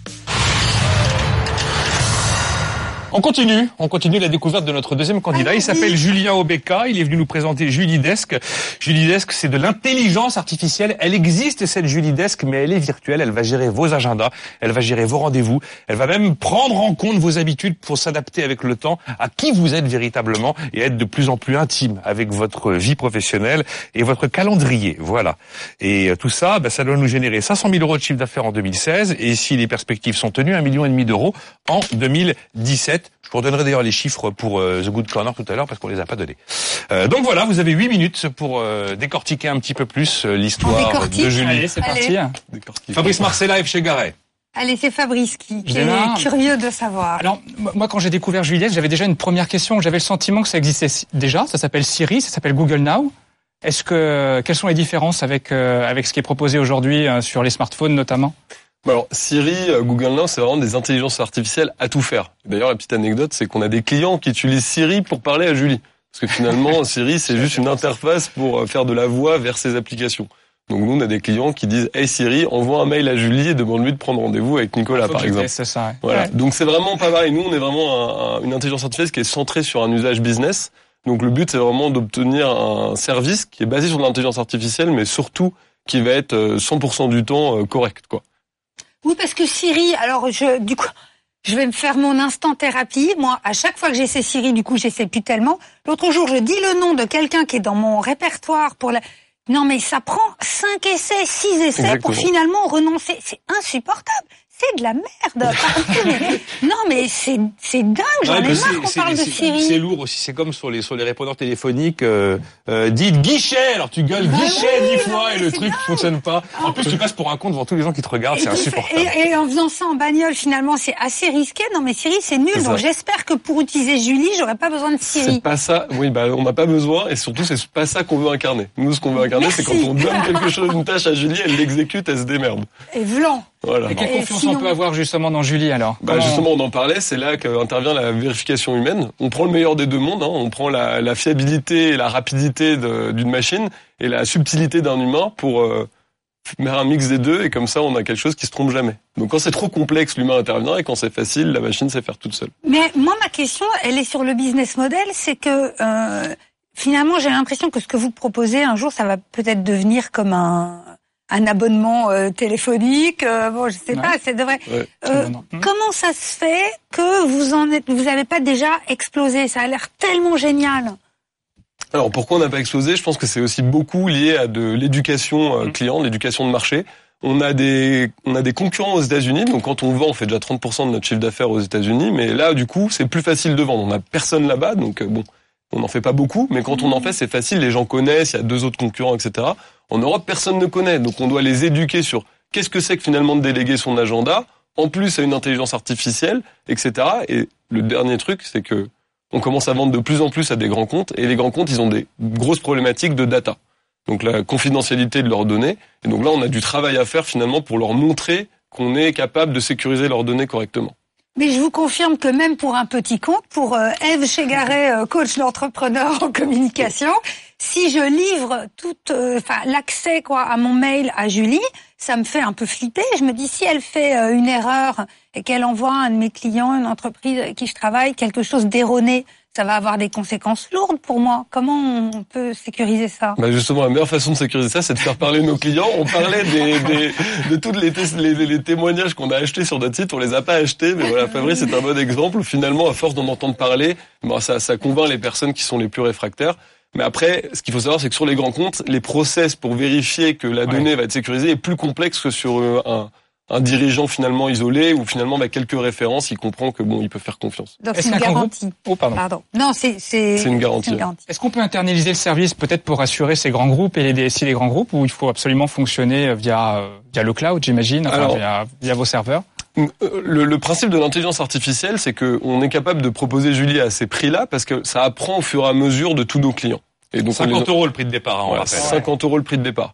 On continue, on continue la découverte de notre deuxième candidat. Il s'appelle Julien Obeka. Il est venu nous présenter Julie Desk. Julie Desk, c'est de l'intelligence artificielle. Elle existe, cette Julie Desk, mais elle est virtuelle. Elle va gérer vos agendas. Elle va gérer vos rendez-vous. Elle va même prendre en compte vos habitudes pour s'adapter avec le temps à qui vous êtes véritablement et être de plus en plus intime avec votre vie professionnelle et votre calendrier. Voilà. Et tout ça, ben, ça doit nous générer cinq cent mille euros de chiffre d'affaires en deux mille seize. Et si les perspectives sont tenues, un million et demi d'euros en deux mille dix-sept. Je vous redonnerai d'ailleurs les chiffres pour euh, The Good Corner tout à l'heure parce qu'on les a pas donnés. Euh, donc voilà, vous avez huit minutes pour euh, décortiquer un petit peu plus euh, l'histoire de Julie. Allez, c'est parti. Décortique. Fabrice Marcella et chez Garay. Allez, c'est Fabrice qui, qui est Démarre. curieux de savoir. Alors, moi, quand j'ai découvert Julie Desk, j'avais déjà une première question. J'avais le sentiment que ça existait déjà. Ça s'appelle Siri, ça s'appelle Google Now. Est-ce que quelles sont les différences avec euh, avec ce qui est proposé aujourd'hui euh, sur les smartphones notamment? Alors, Siri, Google Now, c'est vraiment des intelligences artificielles à tout faire. D'ailleurs, la petite anecdote, c'est qu'on a des clients qui utilisent Siri pour parler à Julie. Parce que finalement, Siri, c'est juste une interface pour faire de la voix vers ses applications. Donc nous, on a des clients qui disent « Hey Siri, envoie un mail à Julie et demande-lui de prendre rendez-vous avec Nicolas, par exemple. » C'est ça, ouais. Voilà. Ouais. Donc c'est vraiment pas pareil. Nous, on est vraiment un, un, une intelligence artificielle qui est centrée sur un usage business. Donc le but, c'est vraiment d'obtenir un service qui est basé sur l'intelligence artificielle, mais surtout qui va être cent pour cent du temps correct, quoi. Oui, parce que Siri, alors je, du coup, je vais me faire mon instant thérapie. Moi, à chaque fois que j'essaie Siri, du coup, j'essaie plus tellement. L'autre jour, je dis le nom de quelqu'un qui est dans mon répertoire pour la... Non, mais ça prend cinq essais, six essais Exactement. Pour finalement renoncer. C'est insupportable. C'est de la merde. Mais, non, mais c'est, c'est dingue. J'en ai marre qu'on parle de Siri. C'est lourd aussi. C'est comme sur les, sur les répondeurs téléphoniques, euh, euh, dites guichet. Alors tu gueules bah guichet oui, dix fois non, et le truc ne fonctionne pas. En plus, tu passes pour un con devant tous les gens qui te regardent. Et c'est insupportable. Et, et en faisant ça en bagnole, finalement, c'est assez risqué. Non, mais Siri, c'est nul. C'est donc ça. J'espère que pour utiliser Julie, j'aurais pas besoin de Siri. C'est pas ça. Oui, bah, on n'a pas besoin. Et surtout, c'est pas ça qu'on veut incarner. Nous, ce qu'on veut incarner, Merci. C'est quand on donne quelque chose, une tâche à Julie, elle l'exécute, elle se démerde. Et vlan. Voilà. Et quelle confiance sinon... on peut avoir justement dans Julie alors? Bah Comment... Justement, on en parlait, c'est là qu'intervient la vérification humaine. On prend le meilleur des deux mondes, hein. On prend la, la fiabilité et la rapidité de, d'une machine et la subtilité d'un humain pour euh, faire un mix des deux, et comme ça on a quelque chose qui se trompe jamais. Donc quand c'est trop complexe, l'humain intervient, et quand c'est facile, la machine sait faire toute seule. Mais moi, ma question, elle est sur le business model, c'est que euh, finalement j'ai l'impression que ce que vous proposez un jour, ça va peut-être devenir comme un... un abonnement euh, téléphonique, euh, bon, je sais ouais. pas, c'est de vrai. Ouais, euh, comment ça se fait que vous en êtes, vous avez pas déjà explosé? Ça a l'air tellement génial. Alors pourquoi on n'a pas explosé? Je pense que c'est aussi beaucoup lié à de l'éducation euh, client, de l'éducation de marché. On a des, on a des concurrents aux États-Unis, donc quand on vend, on fait déjà trente pour cent de notre chiffre d'affaires aux États-Unis, mais là, du coup, c'est plus facile de vendre. On n'a personne là-bas, donc euh, bon. On n'en fait pas beaucoup, mais quand on en fait, c'est facile, les gens connaissent, il y a deux autres concurrents, et cetera. En Europe, personne ne connaît, donc on doit les éduquer sur qu'est-ce que c'est que finalement de déléguer son agenda, en plus à une intelligence artificielle, et cetera. Et le dernier truc, c'est que on commence à vendre de plus en plus à des grands comptes, et les grands comptes, ils ont des grosses problématiques de data. Donc la confidentialité de leurs données, et donc là, on a du travail à faire finalement pour leur montrer qu'on est capable de sécuriser leurs données correctement. Mais je vous confirme que même pour un petit compte, pour euh, Ève Chegaray, euh, coach d'entrepreneur en communication, si je livre tout, enfin euh, l'accès quoi à mon mail à Julie, ça me fait un peu flipper. Je me dis si elle fait euh, une erreur et qu'elle envoie à un de mes clients, une entreprise avec qui je travaille, quelque chose d'erroné, ça va avoir des conséquences lourdes pour moi. Comment on peut sécuriser ça? Bah justement, la meilleure façon de sécuriser ça, c'est de faire parler nos clients. On parlait des, des, de tous les, les, les témoignages qu'on a achetés sur notre site. On les a pas achetés, mais voilà, Fabrice c'est un bon exemple. Finalement, à force d'en entendre parler, bah, ça, ça convainc les personnes qui sont les plus réfractaires. Mais après, ce qu'il faut savoir, c'est que sur les grands comptes, les process pour vérifier que la donnée ouais. va être sécurisée est plus complexe que sur un, un dirigeant finalement isolé ou finalement bah, quelques références, il comprend que bon, il peut faire confiance. Donc c'est une garantie. Oh pardon. pardon. Non, c'est c'est. C'est une garantie. C'est une garantie. Est-ce qu'on peut internaliser le service peut-être pour assurer ces grands groupes et les D S I des grands groupes, ou il faut absolument fonctionner via via le cloud, j'imagine, enfin Alors, via, via vos serveurs? Le, le principe de l'intelligence artificielle, c'est que on est capable de proposer Julie à ces prix-là parce que ça apprend au fur et à mesure de tous nos clients. Et donc cinquante euros le prix de départ, hein, on ouais, rappelle. cinquante euros le prix de départ.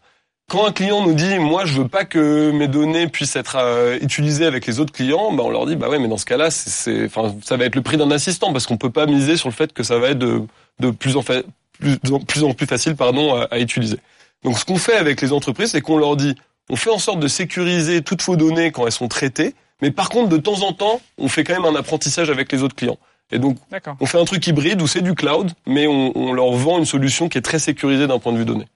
Quand un client nous dit, moi, je veux pas que mes données puissent être euh, utilisées avec les autres clients, bah, on leur dit, bah ouais, mais dans ce cas-là, c'est, c'est, enfin, ça va être le prix d'un assistant, parce qu'on peut pas miser sur le fait que ça va être de, de plus en fait, plus, de plus en plus facile, pardon, à, à utiliser. Donc, ce qu'on fait avec les entreprises, c'est qu'on leur dit, on fait en sorte de sécuriser toutes vos données quand elles sont traitées, mais par contre, de temps en temps, on fait quand même un apprentissage avec les autres clients. Et donc, D'accord. on fait un truc hybride où c'est du cloud, mais on, on leur vend une solution qui est très sécurisée d'un point de vue données.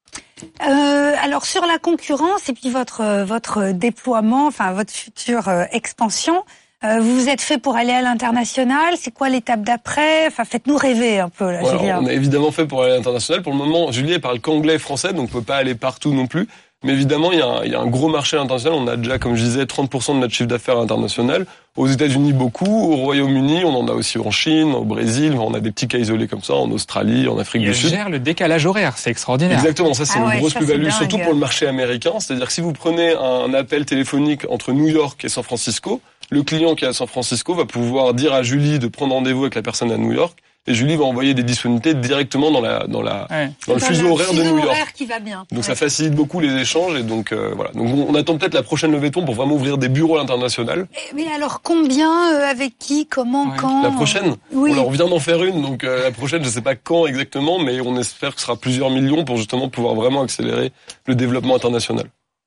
Euh, alors sur la concurrence et puis votre votre déploiement, enfin votre future euh, expansion, euh, vous vous êtes fait pour aller à l'international. C'est quoi l'étape d'après? Enfin, faites-nous rêver un peu, là, voilà, Julien. On a évidemment fait pour aller à l'international. Pour le moment, Julie elle parle qu'anglais et français, donc on peut pas aller partout non plus. Mais évidemment, il y a un, il y a un gros marché international. On a déjà, comme je disais, trente pour cent de notre chiffre d'affaires international. Aux États-Unis, beaucoup. Au Royaume-Uni, on en a aussi en Chine, au Brésil. On a des petits cas isolés comme ça, en Australie, en Afrique et du Sud. Elle gère le décalage horaire, c'est extraordinaire. Exactement, ça c'est ah une ouais, grosse ça, plus-value, dingue. surtout pour le marché américain. C'est-à-dire que si vous prenez un appel téléphonique entre New York et San Francisco, le client qui est à San Francisco va pouvoir dire à Julie de prendre rendez-vous avec la personne à New York. Et Julie va envoyer des disponibilités directement dans la dans la ouais. dans le fuseau horaire de New York. Horaire qui va bien. Donc ouais. ça facilite beaucoup les échanges et donc euh, voilà. Donc on, on attend peut-être la prochaine levée de fonds pour vraiment ouvrir des bureaux à l'international. Mais, mais alors combien, euh, avec qui, comment, ouais. quand? La prochaine. Oui. On leur vient d'en faire une, donc euh, la prochaine, je sais pas quand exactement, mais on espère que ce sera plusieurs millions pour justement pouvoir vraiment accélérer le développement international.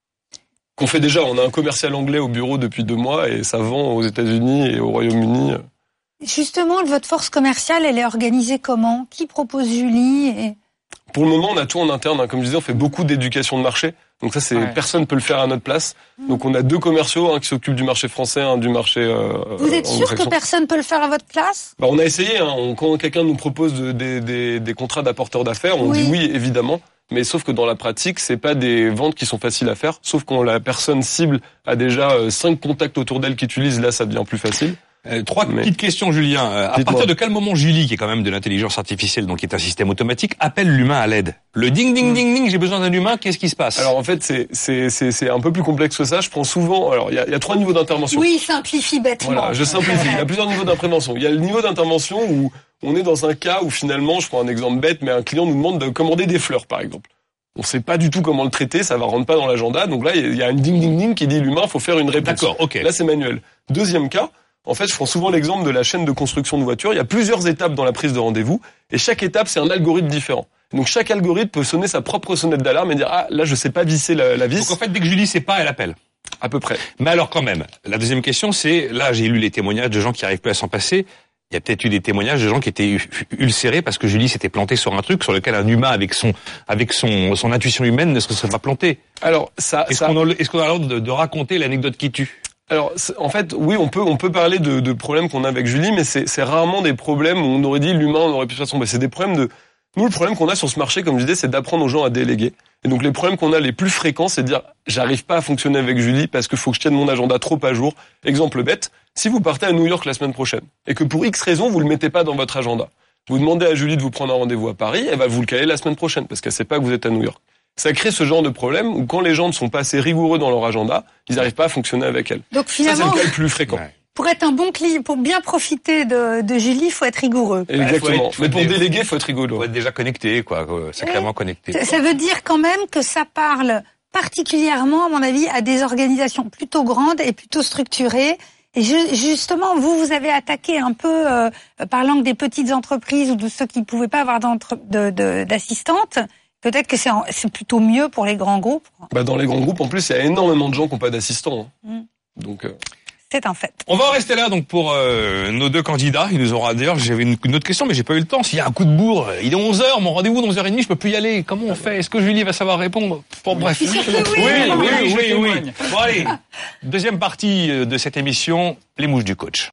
Qu'on fait déjà. On a un commercial anglais au bureau depuis deux mois et ça vend aux États-Unis et au Royaume-Uni. Justement, votre force commerciale, elle est organisée comment? Qui propose Julie et... Pour le moment, on a tout en interne. Hein. Comme je disais, on fait beaucoup d'éducation de marché. Donc ça, c'est ouais. personne peut le faire à notre place. Mmh. Donc on a deux commerciaux, un qui s'occupe du marché français, un du marché. Euh, Vous êtes sûr que personne peut le faire à votre place? Bah, on a essayé. Hein. On, quand quelqu'un nous propose de, des, des, des contrats d'apporteurs d'affaires, on oui. dit oui, évidemment. Mais sauf que dans la pratique, c'est pas des ventes qui sont faciles à faire. Sauf quand la personne cible a déjà euh, cinq contacts autour d'elle qui utilisent, là, ça devient plus facile. Euh, trois Mais... petites questions, Julien. Euh, à partir de quel moment Julie, qui est quand même de l'intelligence artificielle, donc qui est un système automatique, appelle l'humain à l'aide? Le ding ding ding ding, j'ai besoin d'un humain, qu'est-ce qui se passe? Alors en fait, c'est c'est c'est c'est un peu plus complexe que ça. Je prends souvent. Alors il y a il y a trois niveaux d'intervention. Oui, simplifie bêtement. Voilà, je simplifie. Il y a plusieurs niveaux d'intervention. Il y a le niveau d'intervention où on est dans un cas où finalement, je prends un exemple bête, mais un client nous demande de commander des fleurs, par exemple. On sait pas du tout comment le traiter, ça va rentrer pas dans l'agenda. Donc là, il y a une ding ding ding qui dit l'humain, faut faire une réponse. D'accord, ok. Là, c'est manuel. Deuxième cas. En fait, je prends souvent l'exemple de la chaîne de construction de voitures. Il y a plusieurs étapes dans la prise de rendez-vous, et chaque étape, c'est un algorithme différent. Donc, chaque algorithme peut sonner sa propre sonnette d'alarme et dire, ah, là, je sais pas visser la, la vis. Donc, en fait, dès que Julie sait pas, elle appelle. À peu près. Mais alors, quand même, la deuxième question, c'est, là, j'ai lu les témoignages de gens qui arrivent plus à s'en passer. Il y a peut-être eu des témoignages de gens qui étaient ulcérés parce que Julie s'était plantée sur un truc sur lequel un humain, avec son, avec son, son intuition humaine, ne se serait pas planté. Alors, ça, est-ce ça... qu'on a, est-ce qu'on a l'ordre de, de raconter l'anecdote qui tue? Alors, en fait, oui, on peut, on peut parler de, de problèmes qu'on a avec Julie, mais c'est, c'est rarement des problèmes où on aurait dit l'humain, on aurait pu faire son, mais c'est des problèmes de, nous, le problème qu'on a sur ce marché, comme je disais, c'est d'apprendre aux gens à déléguer. Et donc, les problèmes qu'on a les plus fréquents, c'est de dire, j'arrive pas à fonctionner avec Julie parce qu'il faut que je tienne mon agenda trop à jour. Exemple bête. Si vous partez à New York la semaine prochaine et que pour X raison, vous le mettez pas dans votre agenda, vous demandez à Julie de vous prendre un rendez-vous à Paris, elle va vous le caler la semaine prochaine parce qu'elle sait pas que vous êtes à New York. Ça crée ce genre de problème où quand les gens ne sont pas assez rigoureux dans leur agenda, ils n'arrivent pas à fonctionner avec elle. Donc finalement, ça, c'est le cas le plus fréquent. Ouais. Pour être un bon client, pour bien profiter de, de Julie, il faut être rigoureux. Exactement. Faut être, faut Mais pour être, déléguer, il faut être rigoureux. Il faut être déjà connecté, quoi, sacrément Et connecté. Ça, ça veut dire quand même que ça parle particulièrement, à mon avis, à des organisations plutôt grandes et plutôt structurées. Et justement, vous, vous avez attaqué un peu euh, par l'angle des petites entreprises ou de ceux qui ne pouvaient pas avoir de, de, d'assistantes. Peut-être que c'est, en, c'est plutôt mieux pour les grands groupes. Bah dans les grands groupes, en plus, il y a énormément de gens qui n'ont pas d'assistants. Hein. Mm. Donc, euh... c'est un fait. On va en rester là donc pour euh, nos deux candidats. Il nous aura d'ailleurs, j'avais une, une autre question, mais j'ai pas eu le temps. S'il y a un coup de bourre, il est onze heures, mon rendez-vous est onze heures trente, je peux plus y aller. Comment on fait? Est-ce que Julie va savoir répondre? Bon, bref. Oui, oui, oui, oui, oui, oui. Bon allez, deuxième partie de cette émission, les mouches du coach.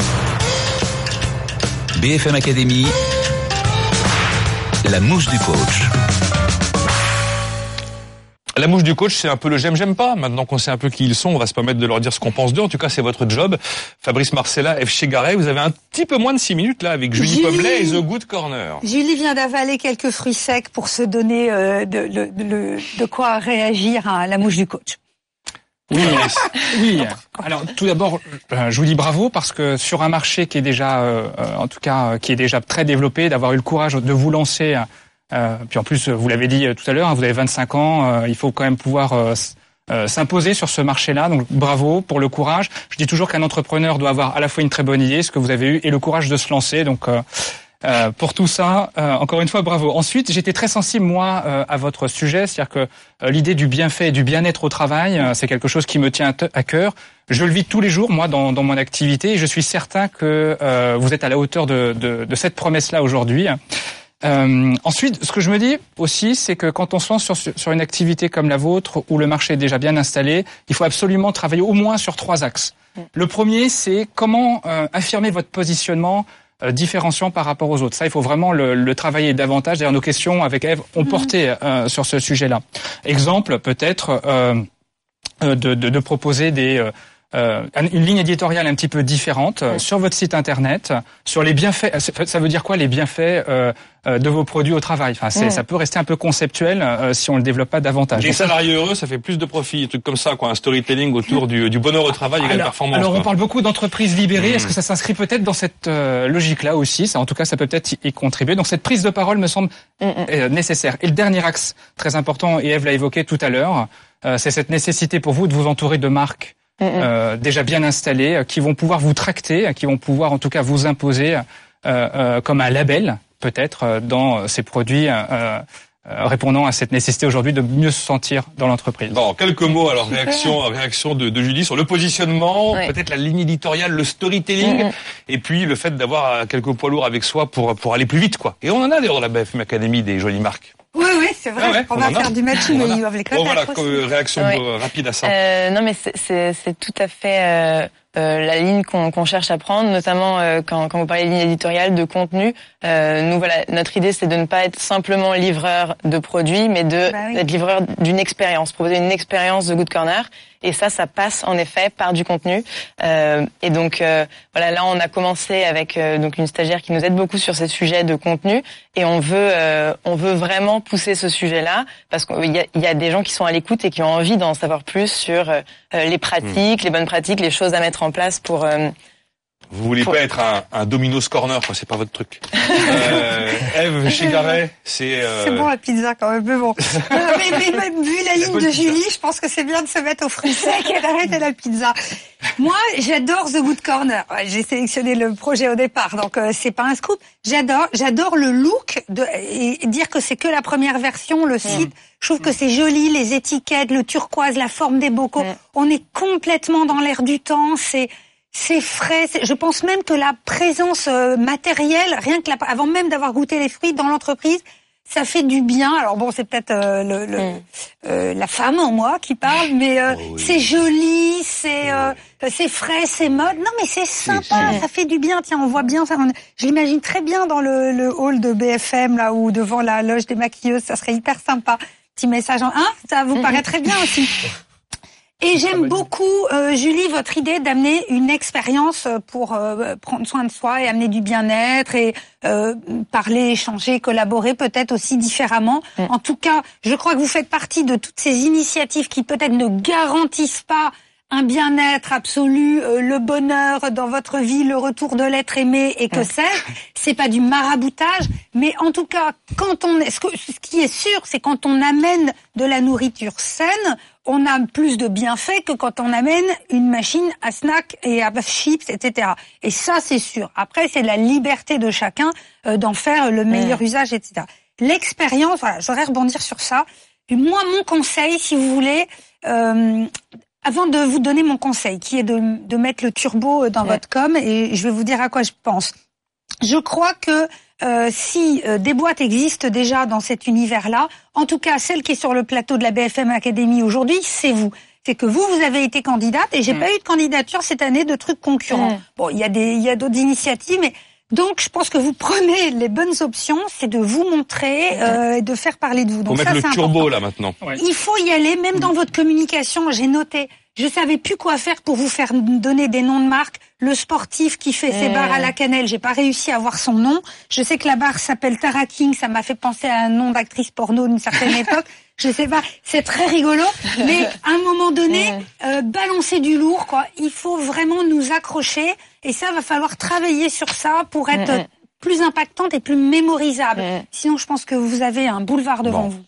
B F M Academy, la mouche du coach. La mouche du coach, c'est un peu le j'aime, j'aime pas. Maintenant qu'on sait un peu qui ils sont, on va se permettre de leur dire ce qu'on pense d'eux. En tout cas, c'est votre job. Fabrice Marcella, F. Chegaray, vous avez un petit peu moins de six minutes là avec Julie, Julie Pommelet et The Good Corner. Julie vient d'avaler quelques fruits secs pour se donner euh, de, de, de, de quoi réagir à la mouche du coach. Oui, oui. Alors tout d'abord, je vous dis bravo parce que sur un marché qui est déjà, euh, en tout cas, qui est déjà très développé, d'avoir eu le courage de vous lancer Euh, puis en plus, vous l'avez dit tout à l'heure, hein, vous avez vingt-cinq ans, euh, il faut quand même pouvoir euh, euh, s'imposer sur ce marché-là. Donc bravo pour le courage. Je dis toujours qu'un entrepreneur doit avoir à la fois une très bonne idée, ce que vous avez eu, et le courage de se lancer. Donc euh, euh, pour tout ça, euh, encore une fois, bravo. Ensuite, j'étais très sensible, moi, euh, à votre sujet, c'est-à-dire que euh, l'idée du bienfait et du bien-être au travail, euh, c'est quelque chose qui me tient à cœur. Je le vis tous les jours, moi, dans, dans mon activité, et je suis certain que euh, vous êtes à la hauteur de, de, de cette promesse-là aujourd'hui. Euh, ensuite, ce que je me dis aussi, c'est que quand on se lance sur, sur une activité comme la vôtre, où le marché est déjà bien installé, il faut absolument travailler au moins sur trois axes. Le premier, c'est comment euh, affirmer votre positionnement euh, différenciant par rapport aux autres. Ça, il faut vraiment le, le travailler davantage. D'ailleurs, nos questions avec Ève ont porté euh, sur ce sujet-là. Exemple, peut-être euh, de, de, de proposer des... Euh, Euh, une ligne éditoriale un petit peu différente euh, sur votre site internet, sur les bienfaits. Ça veut dire quoi, les bienfaits euh, euh, de vos produits au travail? Enfin, c'est, mmh. ça peut rester un peu conceptuel euh, si on le développe pas davantage. Les salariés heureux, ça fait plus de profit, un truc comme ça, quoi, un storytelling autour du, du bonheur au travail et de la performance. Alors, quoi. on parle beaucoup d'entreprises libérées. Mmh. Est-ce que ça s'inscrit peut-être dans cette euh, logique-là aussi? Ça, en tout cas, ça peut peut-être y contribuer. Donc, cette prise de parole me semble mmh. euh, nécessaire. Et le dernier axe très important, et Ève l'a évoqué tout à l'heure, euh, c'est cette nécessité pour vous de vous entourer de marques Euh, déjà bien installés, euh, qui vont pouvoir vous tracter, euh, qui vont pouvoir en tout cas vous imposer euh, euh, comme un label peut-être euh, dans ces produits euh, euh, répondant à cette nécessité aujourd'hui de mieux se sentir dans l'entreprise. Bon, quelques mots alors, réaction réaction de, de Julie sur le positionnement, oui. peut-être la ligne éditoriale, le storytelling, mmh. et puis le fait d'avoir quelques poids lourds avec soi pour pour aller plus vite, quoi. Et on en a d'ailleurs dans la B F M Academy des jolies marques. Oui, oui, c'est vrai. Ah ouais, on, on va faire du matching, mais ils doivent les connaître. Bon, voilà, réaction ouais. rapide à ça. Euh, non, mais c'est, c'est, c'est tout à fait euh, euh, la ligne qu'on, qu'on cherche à prendre, notamment euh, quand, quand vous parlez de ligne éditoriale, de contenu. Euh, nous, voilà, notre idée, c'est de ne pas être simplement livreur de produits, mais de bah oui. d'être livreur d'une expérience, proposer une expérience de Good Corner. Et ça, ça passe en effet par du contenu. Euh, et donc euh, voilà, là, on a commencé avec euh, donc une stagiaire qui nous aide beaucoup sur ces sujets de contenu, et on veut euh, on veut vraiment pousser ce sujet-là parce qu'il y a, il y a des gens qui sont à l'écoute et qui ont envie d'en savoir plus sur euh, les pratiques, mmh. les bonnes pratiques, les choses à mettre en place pour. Euh, Vous voulez pour... pas être un, un Domino's Corner, quoi, c'est pas votre truc. euh, Ève, chez Garret, c'est... Euh... C'est bon la pizza quand même, mais bon. mais, mais, mais vu la ligne de Julie, pizza. Je pense que c'est bien de se mettre aux fruits secs et d'arrêter la pizza. Moi, j'adore The Good Corner. J'ai sélectionné le projet au départ, donc euh, c'est pas un scoop. J'adore, j'adore le look de, et dire que c'est que la première version, le site. Mmh. Je trouve que c'est joli, les étiquettes, le turquoise, la forme des bocaux. Mmh. On est complètement dans l'air du temps. C'est C'est frais. C'est, je pense même que la présence euh, matérielle, rien que la, avant même d'avoir goûté les fruits dans l'entreprise, ça fait du bien. Alors bon, c'est peut-être euh, le, le mm. euh, la femme en moi qui parle, mais euh, oh oui. c'est joli, c'est euh, c'est frais, c'est mode. Non, mais c'est sympa, oui, ça fait du bien. Tiens, on voit bien ça. On, je l'imagine très bien dans le, le hall de B F M là, ou devant la loge des maquilleuses. Ça serait hyper sympa. Petit message en un, ça vous mm-hmm. paraît très bien aussi. Et j'aime beaucoup, euh, Julie, votre idée d'amener une expérience pour euh, prendre soin de soi et amener du bien-être et euh, parler, échanger, collaborer peut-être aussi différemment. Mmh. En tout cas, je crois que vous faites partie de toutes ces initiatives qui peut-être ne garantissent pas un bien-être absolu, euh, le bonheur dans votre vie, le retour de l'être aimé et que mmh. sais-je. C'est pas du maraboutage, mais en tout cas, quand on est, ce, que, ce qui est sûr, c'est quand on amène de la nourriture saine, on a plus de bienfaits que quand on amène une machine à snacks et à chips, et cetera. Et ça, c'est sûr. Après, c'est la liberté de chacun euh, d'en faire le meilleur mmh. usage, et cetera. L'expérience, voilà, j'aurais rebondir sur ça. Et moi, mon conseil, si vous voulez, euh, avant de vous donner mon conseil, qui est de, de mettre le turbo dans mmh. votre com, et je vais vous dire à quoi je pense. Je crois que euh, si euh, des boîtes existent déjà dans cet univers-là, en tout cas celle qui est sur le plateau de la B F M Academy aujourd'hui, c'est vous. C'est que vous, vous avez été candidate, et j'ai mmh. pas eu de candidature cette année de trucs concurrents. Mmh. Bon, il y a des, il y a d'autres initiatives, mais donc je pense que vous prenez les bonnes options, c'est de vous montrer, euh, et de faire parler de vous. Donc faut ça, mettre c'est le turbo important. Là maintenant. Ouais. Il faut y aller, même mmh. dans votre communication. J'ai noté. Je savais plus quoi faire pour vous faire donner des noms de marques. Le sportif qui fait ses mmh. barres à la cannelle, j'ai pas réussi à avoir son nom. Je sais que la barre s'appelle Tara King, ça m'a fait penser à un nom d'actrice porno d'une certaine époque. Je sais pas, c'est très rigolo, mais à un moment donné, mmh. euh, balancer du lourd, quoi. Il faut vraiment nous accrocher, et ça va falloir travailler sur ça pour être mmh. plus impactante et plus mémorisable. Mmh. Sinon, je pense que vous avez un boulevard devant bon. vous.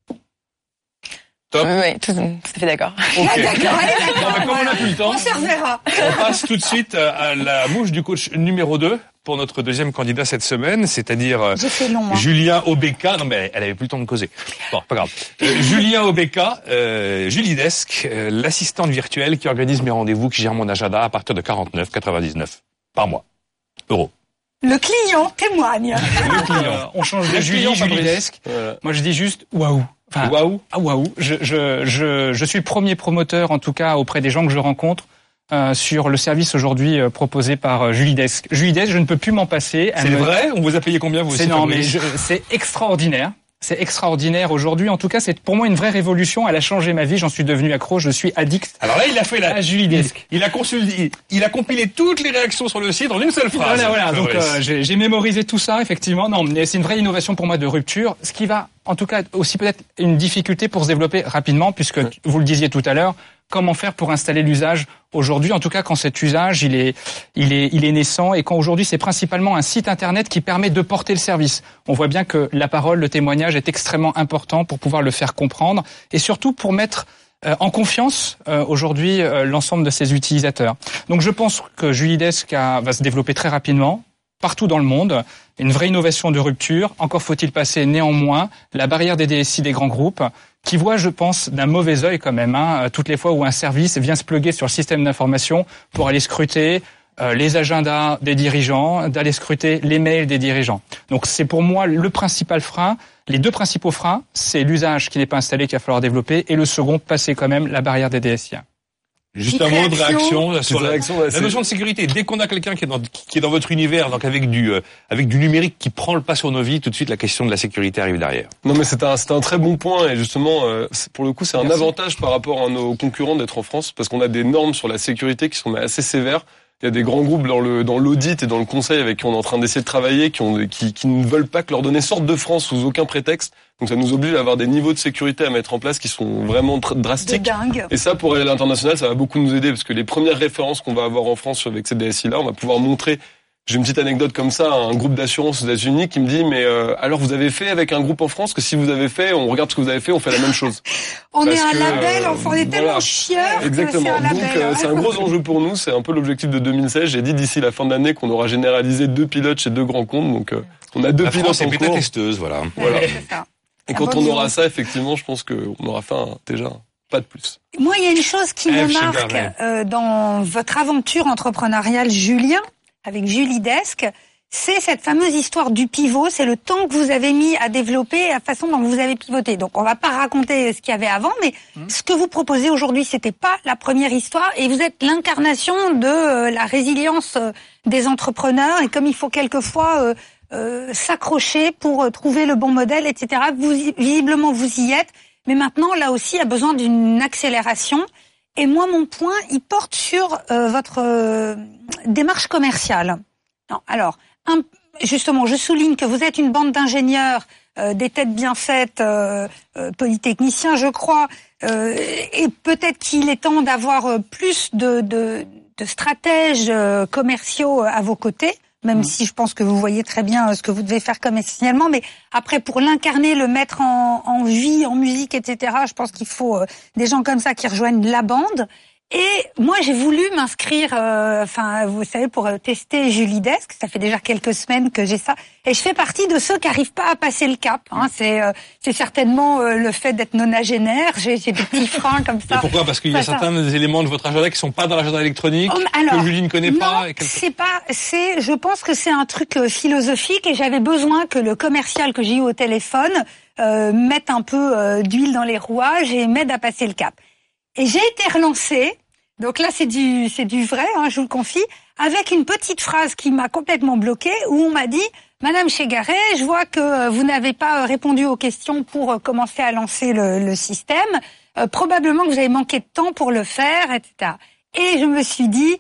Top. Oui, oui, tout, tout à fait d'accord. Ok. Ah, d'accord, allez, d'accord. Non, mais comme on n'a plus le temps, on se reverra. On passe tout de suite à la mouche du coach numéro deux pour notre deuxième candidat cette semaine, c'est-à-dire J'ai fait long, hein. Julien Obeka. Non, mais elle avait plus le temps de causer. Bon, pas grave. Euh, Julien Obeka, euh, Julie Desk, euh, l'assistante virtuelle qui organise mes rendez-vous, qui gère mon agenda à partir de quarante-neuf quatre-vingt-dix-neuf par mois. Euros. Le client témoigne. Le client. On change de Julie, Julie Desk. Voilà. Moi, je dis juste waouh. Enfin, waouh. Ah waouh. Je, je, je, je suis le premier promoteur, en tout cas, auprès des gens que je rencontre, euh, sur le service aujourd'hui euh, proposé par euh, Julie Desk. Julie Desk, je ne peux plus m'en passer. C'est me... vrai? On vous a payé combien, vous aussi? C'est non, mais je, c'est extraordinaire. C'est extraordinaire aujourd'hui. En tout cas, c'est pour moi une vraie révolution. Elle a changé ma vie. J'en suis devenu accro. Je suis addict. Alors là, il a fait la à Julie Desk. Il, il a consulté, il a compilé toutes les réactions sur le site en une seule phrase. Voilà, voilà. Donc euh, j'ai, j'ai mémorisé tout ça. Effectivement, non, mais c'est une vraie innovation pour moi de rupture. Ce qui va, en tout cas, aussi peut-être une difficulté pour se développer rapidement, puisque vous le disiez tout à l'heure. Comment faire pour installer l'usage aujourd'hui, en tout cas quand cet usage il est il est il est naissant et quand aujourd'hui c'est principalement un site internet qui permet de porter le service. On voit bien que la parole, le témoignage est extrêmement important pour pouvoir le faire comprendre et surtout pour mettre euh, en confiance euh, aujourd'hui euh, l'ensemble de ses utilisateurs. Donc je pense que Julie Desk a, va se développer très rapidement partout dans le monde, une vraie innovation de rupture. Encore faut-il passer néanmoins la barrière des D S I des grands groupes qui voient, je pense, d'un mauvais œil quand même, hein, toutes les fois où un service vient se plugger sur le système d'information pour aller scruter euh, les agendas des dirigeants, d'aller scruter les mails des dirigeants. Donc c'est pour moi le principal frein. Les deux principaux freins, c'est l'usage qui n'est pas installé qu'il va falloir développer et le second, passer quand même la barrière des D S I. Juste un mot de réaction là, sur la, réaction, ouais, la notion de sécurité. Dès qu'on a quelqu'un qui est dans qui est dans votre univers, donc avec du euh, avec du numérique qui prend le pas sur nos vies, tout de suite la question de la sécurité arrive derrière. Non mais c'est un c'est un très bon point et justement euh, pour le coup c'est un Merci. avantage par rapport à nos concurrents d'être en France parce qu'on a des normes sur la sécurité qui sont assez sévères. Il y a des grands groupes dans le dans l'audit et dans le conseil avec qui on est en train d'essayer de travailler, qui ont qui qui ne veulent pas que leurs données sortent de France sous aucun prétexte. Donc ça nous oblige à avoir des niveaux de sécurité à mettre en place qui sont vraiment tr- drastiques. De dingue. Et ça, pour aller à l'international, ça va beaucoup nous aider parce que les premières références qu'on va avoir en France avec ces D S I-là, on va pouvoir montrer. J'ai une petite anecdote comme ça, un groupe d'assurance aux États-Unis qui me dit mais euh, alors vous avez fait avec un groupe en France que si vous avez fait, on regarde ce que vous avez fait, on fait la même chose. on Parce est un que, label, euh, enfin on est voilà. tellement chieurs. Exactement. Que c'est un Donc label, euh, hein. c'est un gros enjeu pour nous. C'est un peu l'objectif de deux mille seize. J'ai dit d'ici la fin de l'année qu'on aura généralisé deux pilotes chez deux grands comptes. Donc euh, on a deux la pilotes France en est cours. bêta-testeuse, voilà. Voilà. C'est ça. Et quand on aura ça, effectivement, je pense qu'on aura fait un, déjà pas de plus. Moi, il y a une chose qui me marque euh, dans votre aventure entrepreneuriale, Julien, avec Julie Desk, c'est cette fameuse histoire du pivot. C'est le temps que vous avez mis à développer, la façon dont vous avez pivoté. Donc, on va pas raconter ce qu'il y avait avant, mais mmh. ce que vous proposez aujourd'hui, c'était pas la première histoire, et vous êtes l'incarnation de euh, la résilience euh, des entrepreneurs. Et comme il faut quelquefois euh, euh, s'accrocher pour euh, trouver le bon modèle, et cetera. Vous visiblement vous y êtes, mais maintenant là aussi, il y a besoin d'une accélération. Et moi, mon point, il porte sur euh, votre euh, démarche commerciale. Non, alors. Un, justement, je souligne que vous êtes une bande d'ingénieurs, euh, des têtes bien faites, euh, euh, polytechniciens, je crois, euh, et peut-être qu'il est temps d'avoir plus de, de, de stratèges euh, commerciaux à vos côtés, même mmh. si je pense que vous voyez très bien ce que vous devez faire commercialement, mais après, pour l'incarner, le mettre en, en vie, en musique, et cetera, je pense qu'il faut euh, des gens comme ça qui rejoignent la bande. Et moi, j'ai voulu m'inscrire, euh, enfin, vous savez, pour tester Julie Desk. Ça fait déjà quelques semaines que j'ai ça. Et je fais partie de ceux qui n'arrivent pas à passer le cap. Hein. C'est, euh, c'est certainement euh, le fait d'être nonagénaire. J'ai, j'ai des petits freins comme ça. Et pourquoi? Parce qu'il y a ça. certains des éléments de votre agenda qui sont pas dans l'agenda électronique, oh, alors, que Julie ne connaît non, pas. Et c'est pas, c'est, je pense que c'est un truc euh, philosophique et j'avais besoin que le commercial que j'ai eu au téléphone euh, mette un peu euh, d'huile dans les rouages et m'aide à passer le cap. Et j'ai été relancée, donc là c'est du c'est du vrai, hein, je vous le confie, avec une petite phrase qui m'a complètement bloquée, où on m'a dit « Madame Chegaray, je vois que vous n'avez pas répondu aux questions pour commencer à lancer le, le système, euh, probablement que vous avez manqué de temps pour le faire, et cetera » Et je me suis dit «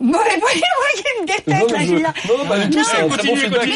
Bon, mais voyez, voyez, une déteste, là, Julien. Non, pas du tout, c'est un très bon feedback.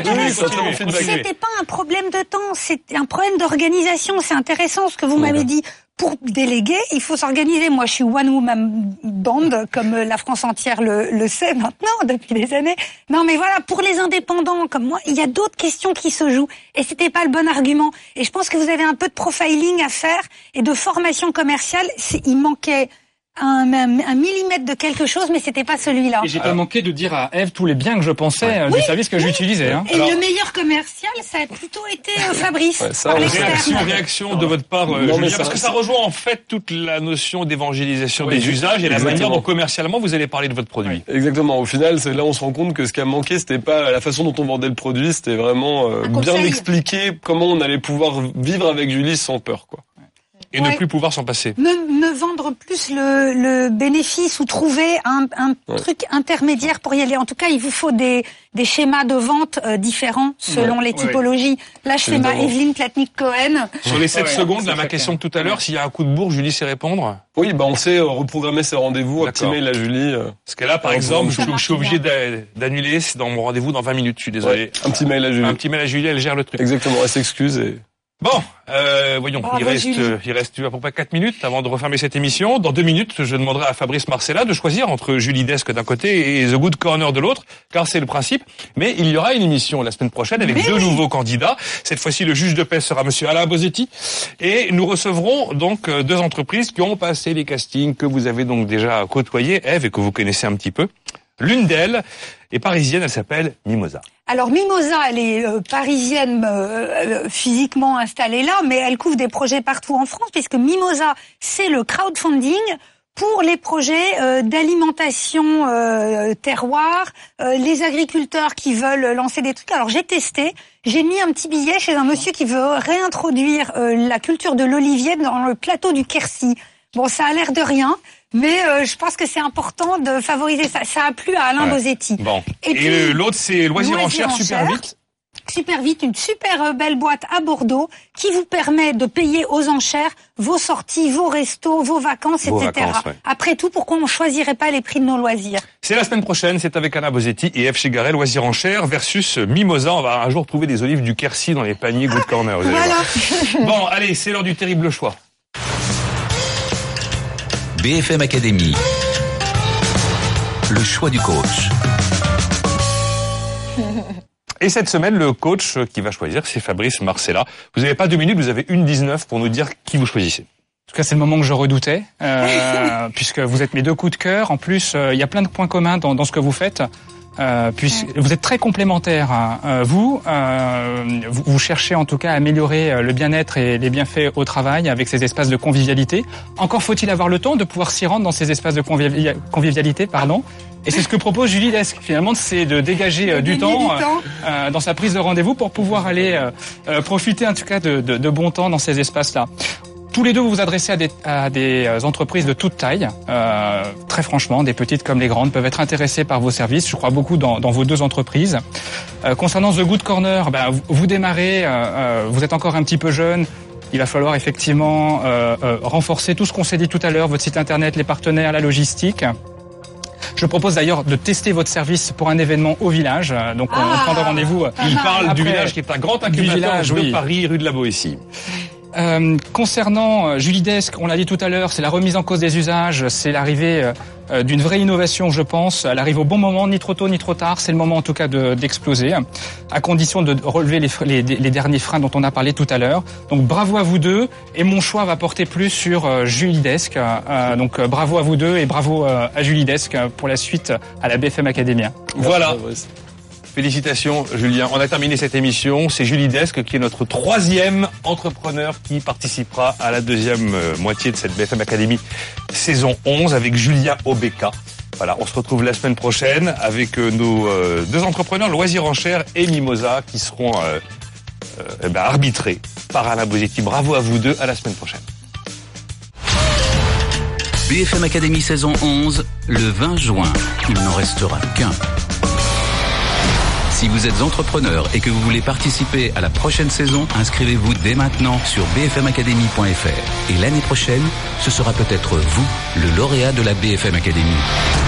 C'était pas un problème de temps, c'était un problème d'organisation. C'est intéressant ce que vous m'avez dit. Pour déléguer, il faut s'organiser. Moi, je suis one woman band, comme la France entière le, le sait maintenant, depuis des années. Non, mais voilà, pour les indépendants comme moi, il y a d'autres questions qui se jouent. Et c'était pas le bon argument. Et je pense que vous avez un peu de profiling à faire et de formation commerciale. C'est, il manquait Un, un, un millimètre de quelque chose, mais c'était pas celui-là. Et j'ai pas manqué de dire à Ève tous les biens que je pensais ouais. du oui, service que oui. j'utilisais. Hein. Et Alors, le meilleur commercial, ça a plutôt été euh, Fabrice. Ouais, ça, réaction, réaction de votre part, euh, non, Julien, parce que ça rejoint en fait toute la notion d'évangélisation oui, des usages et la manière dont commercialement vous allez parler de votre produit. Ouais. Exactement. Au final, c'est là on se rend compte que ce qui a manqué, c'était pas la façon dont on vendait le produit, c'était vraiment euh, bien expliquer comment on allait pouvoir vivre avec Julie sans peur, quoi. Et ouais. ne plus pouvoir s'en passer. Me, me vendre plus le, le bénéfice ou trouver un, un ouais. truc intermédiaire pour y aller. En tout cas, il vous faut des, des schémas de vente euh, différents selon ouais. les typologies. Ouais. Là, je fais ma Evelyne Platnik-Cohen. Sur les sept ouais, secondes, là, ma question de tout à l'heure, ouais. s'il y a un coup de bourre, Julie sait répondre? Oui, bah on sait euh, reprogrammer ses rendez-vous, un petit mail à Julie. Euh, Parce que là, par exemple, je, je suis obligé d'annuler, c'est dans mon rendez-vous dans vingt minutes, je suis désolé. Ouais. Un petit mail à Julie. Un petit mail à Julie, elle gère le truc. Exactement, elle s'excuse et... Bon, euh, voyons, Bravo, il reste, euh, il reste à peu près quatre minutes avant de refermer cette émission. Dans deux minutes, je demanderai à Fabrice Marcella de choisir entre Julie Desk d'un côté et The Good Corner de l'autre, car c'est le principe. Mais il y aura une émission la semaine prochaine avec Mais deux oui. nouveaux candidats. Cette fois-ci, le juge de paix sera Monsieur Alain Bosetti. Et nous recevrons donc deux entreprises qui ont passé les castings que vous avez donc déjà côtoyés, Ève, et que vous connaissez un petit peu. L'une d'elles est parisienne, elle s'appelle Mimosa. Alors Mimosa, elle est euh, parisienne euh, physiquement installée là, mais elle couvre des projets partout en France, puisque Mimosa, c'est le crowdfunding pour les projets euh, d'alimentation euh, terroir, euh, les agriculteurs qui veulent lancer des trucs. Alors j'ai testé, j'ai mis un petit billet chez un monsieur qui veut réintroduire euh, la culture de l'olivier dans le plateau du Quercy. Bon, ça a l'air de rien, mais euh, je pense que c'est important de favoriser ça. Ça a plu à Alain ouais. Bosetti. Bon. Et, Et puis, l'autre, c'est Loisirs Enchères, super vite. Super vite, une super belle boîte à Bordeaux qui vous permet de payer aux enchères vos sorties, vos restos, vos vacances, vos et cetera. Vacances, ouais. Après tout, pourquoi on ne choisirait pas les prix de nos loisirs? C'est la semaine prochaine, c'est avec Alain Bosetti et Ève Chegaray, Loisirs Enchères versus Mimosa. On va un jour trouver des olives du Quercy dans les paniers Good Corner. Vous allez voilà. Bon, allez, c'est l'heure du terrible choix. B F M Academy. Le choix du coach. Et cette semaine, le coach qui va choisir, c'est Fabrice Marcella. Vous n'avez pas deux minutes, vous avez une dix-neuf pour nous dire qui vous choisissez. En tout cas, c'est le moment que je redoutais, euh, puisque vous êtes mes deux coups de cœur. En plus, euh, il y a plein de points communs dans, dans ce que vous faites. Euh, puisque vous êtes très complémentaires. Hein. Euh, vous, euh, vous, vous cherchez en tout cas à améliorer le bien-être et les bienfaits au travail avec ces espaces de convivialité. Encore faut-il avoir le temps de pouvoir s'y rendre dans ces espaces de convivi- convivialité, pardon. Et c'est ce que propose Julie Desk. Finalement, c'est de dégager euh, du, temps, du temps euh, dans sa prise de rendez-vous pour pouvoir aller euh, euh, profiter en tout cas de, de, de bon temps dans ces espaces-là. Tous les deux, vous vous adressez à des, à des entreprises de toute taille. Euh, très franchement, des petites comme les grandes peuvent être intéressées par vos services. Je crois beaucoup dans, dans vos deux entreprises. Euh, concernant The Good Corner, ben, vous, vous démarrez, euh, euh, vous êtes encore un petit peu jeune. Il va falloir effectivement euh, euh, renforcer tout ce qu'on s'est dit tout à l'heure, votre site internet, les partenaires, la logistique. Je propose d'ailleurs de tester votre service pour un événement au village. Donc on, ah, on prendra rendez-vous. Il parle après, du village qui est un grand incubateur village, de oui. Paris, rue de la Boétie. Euh, concernant euh, Julie Desk, on l'a dit tout à l'heure, c'est la remise en cause des usages, c'est l'arrivée euh, d'une vraie innovation, je pense. Elle arrive au bon moment, ni trop tôt ni trop tard. C'est le moment en tout cas de, d'exploser, à condition de relever les, les, les derniers freins dont on a parlé tout à l'heure. Donc bravo à vous deux. Et mon choix va porter plus sur euh, Julie Desk. Euh, donc euh, bravo à vous deux et bravo euh, à Julie Desk pour la suite à la B F M Academy. Voilà. Félicitations Julien, on a terminé cette émission. C'est Julie Desk qui est notre troisième entrepreneur qui participera à la deuxième euh, moitié de cette B F M Academy saison onze avec Julia Obeka. Voilà, on se retrouve la semaine prochaine avec euh, nos euh, deux entrepreneurs, Loisirs Enchères et Mimosa, qui seront euh, euh, eh ben, arbitrés par Alain Bosetti. Bravo à vous deux, à la semaine prochaine. B F M Academy saison onze, le vingt juin. Il n'en restera qu'un. Si vous êtes entrepreneur et que vous voulez participer à la prochaine saison, inscrivez-vous dès maintenant sur b f m academy point f r. Et l'année prochaine, ce sera peut-être vous, le lauréat de la B F M Academy.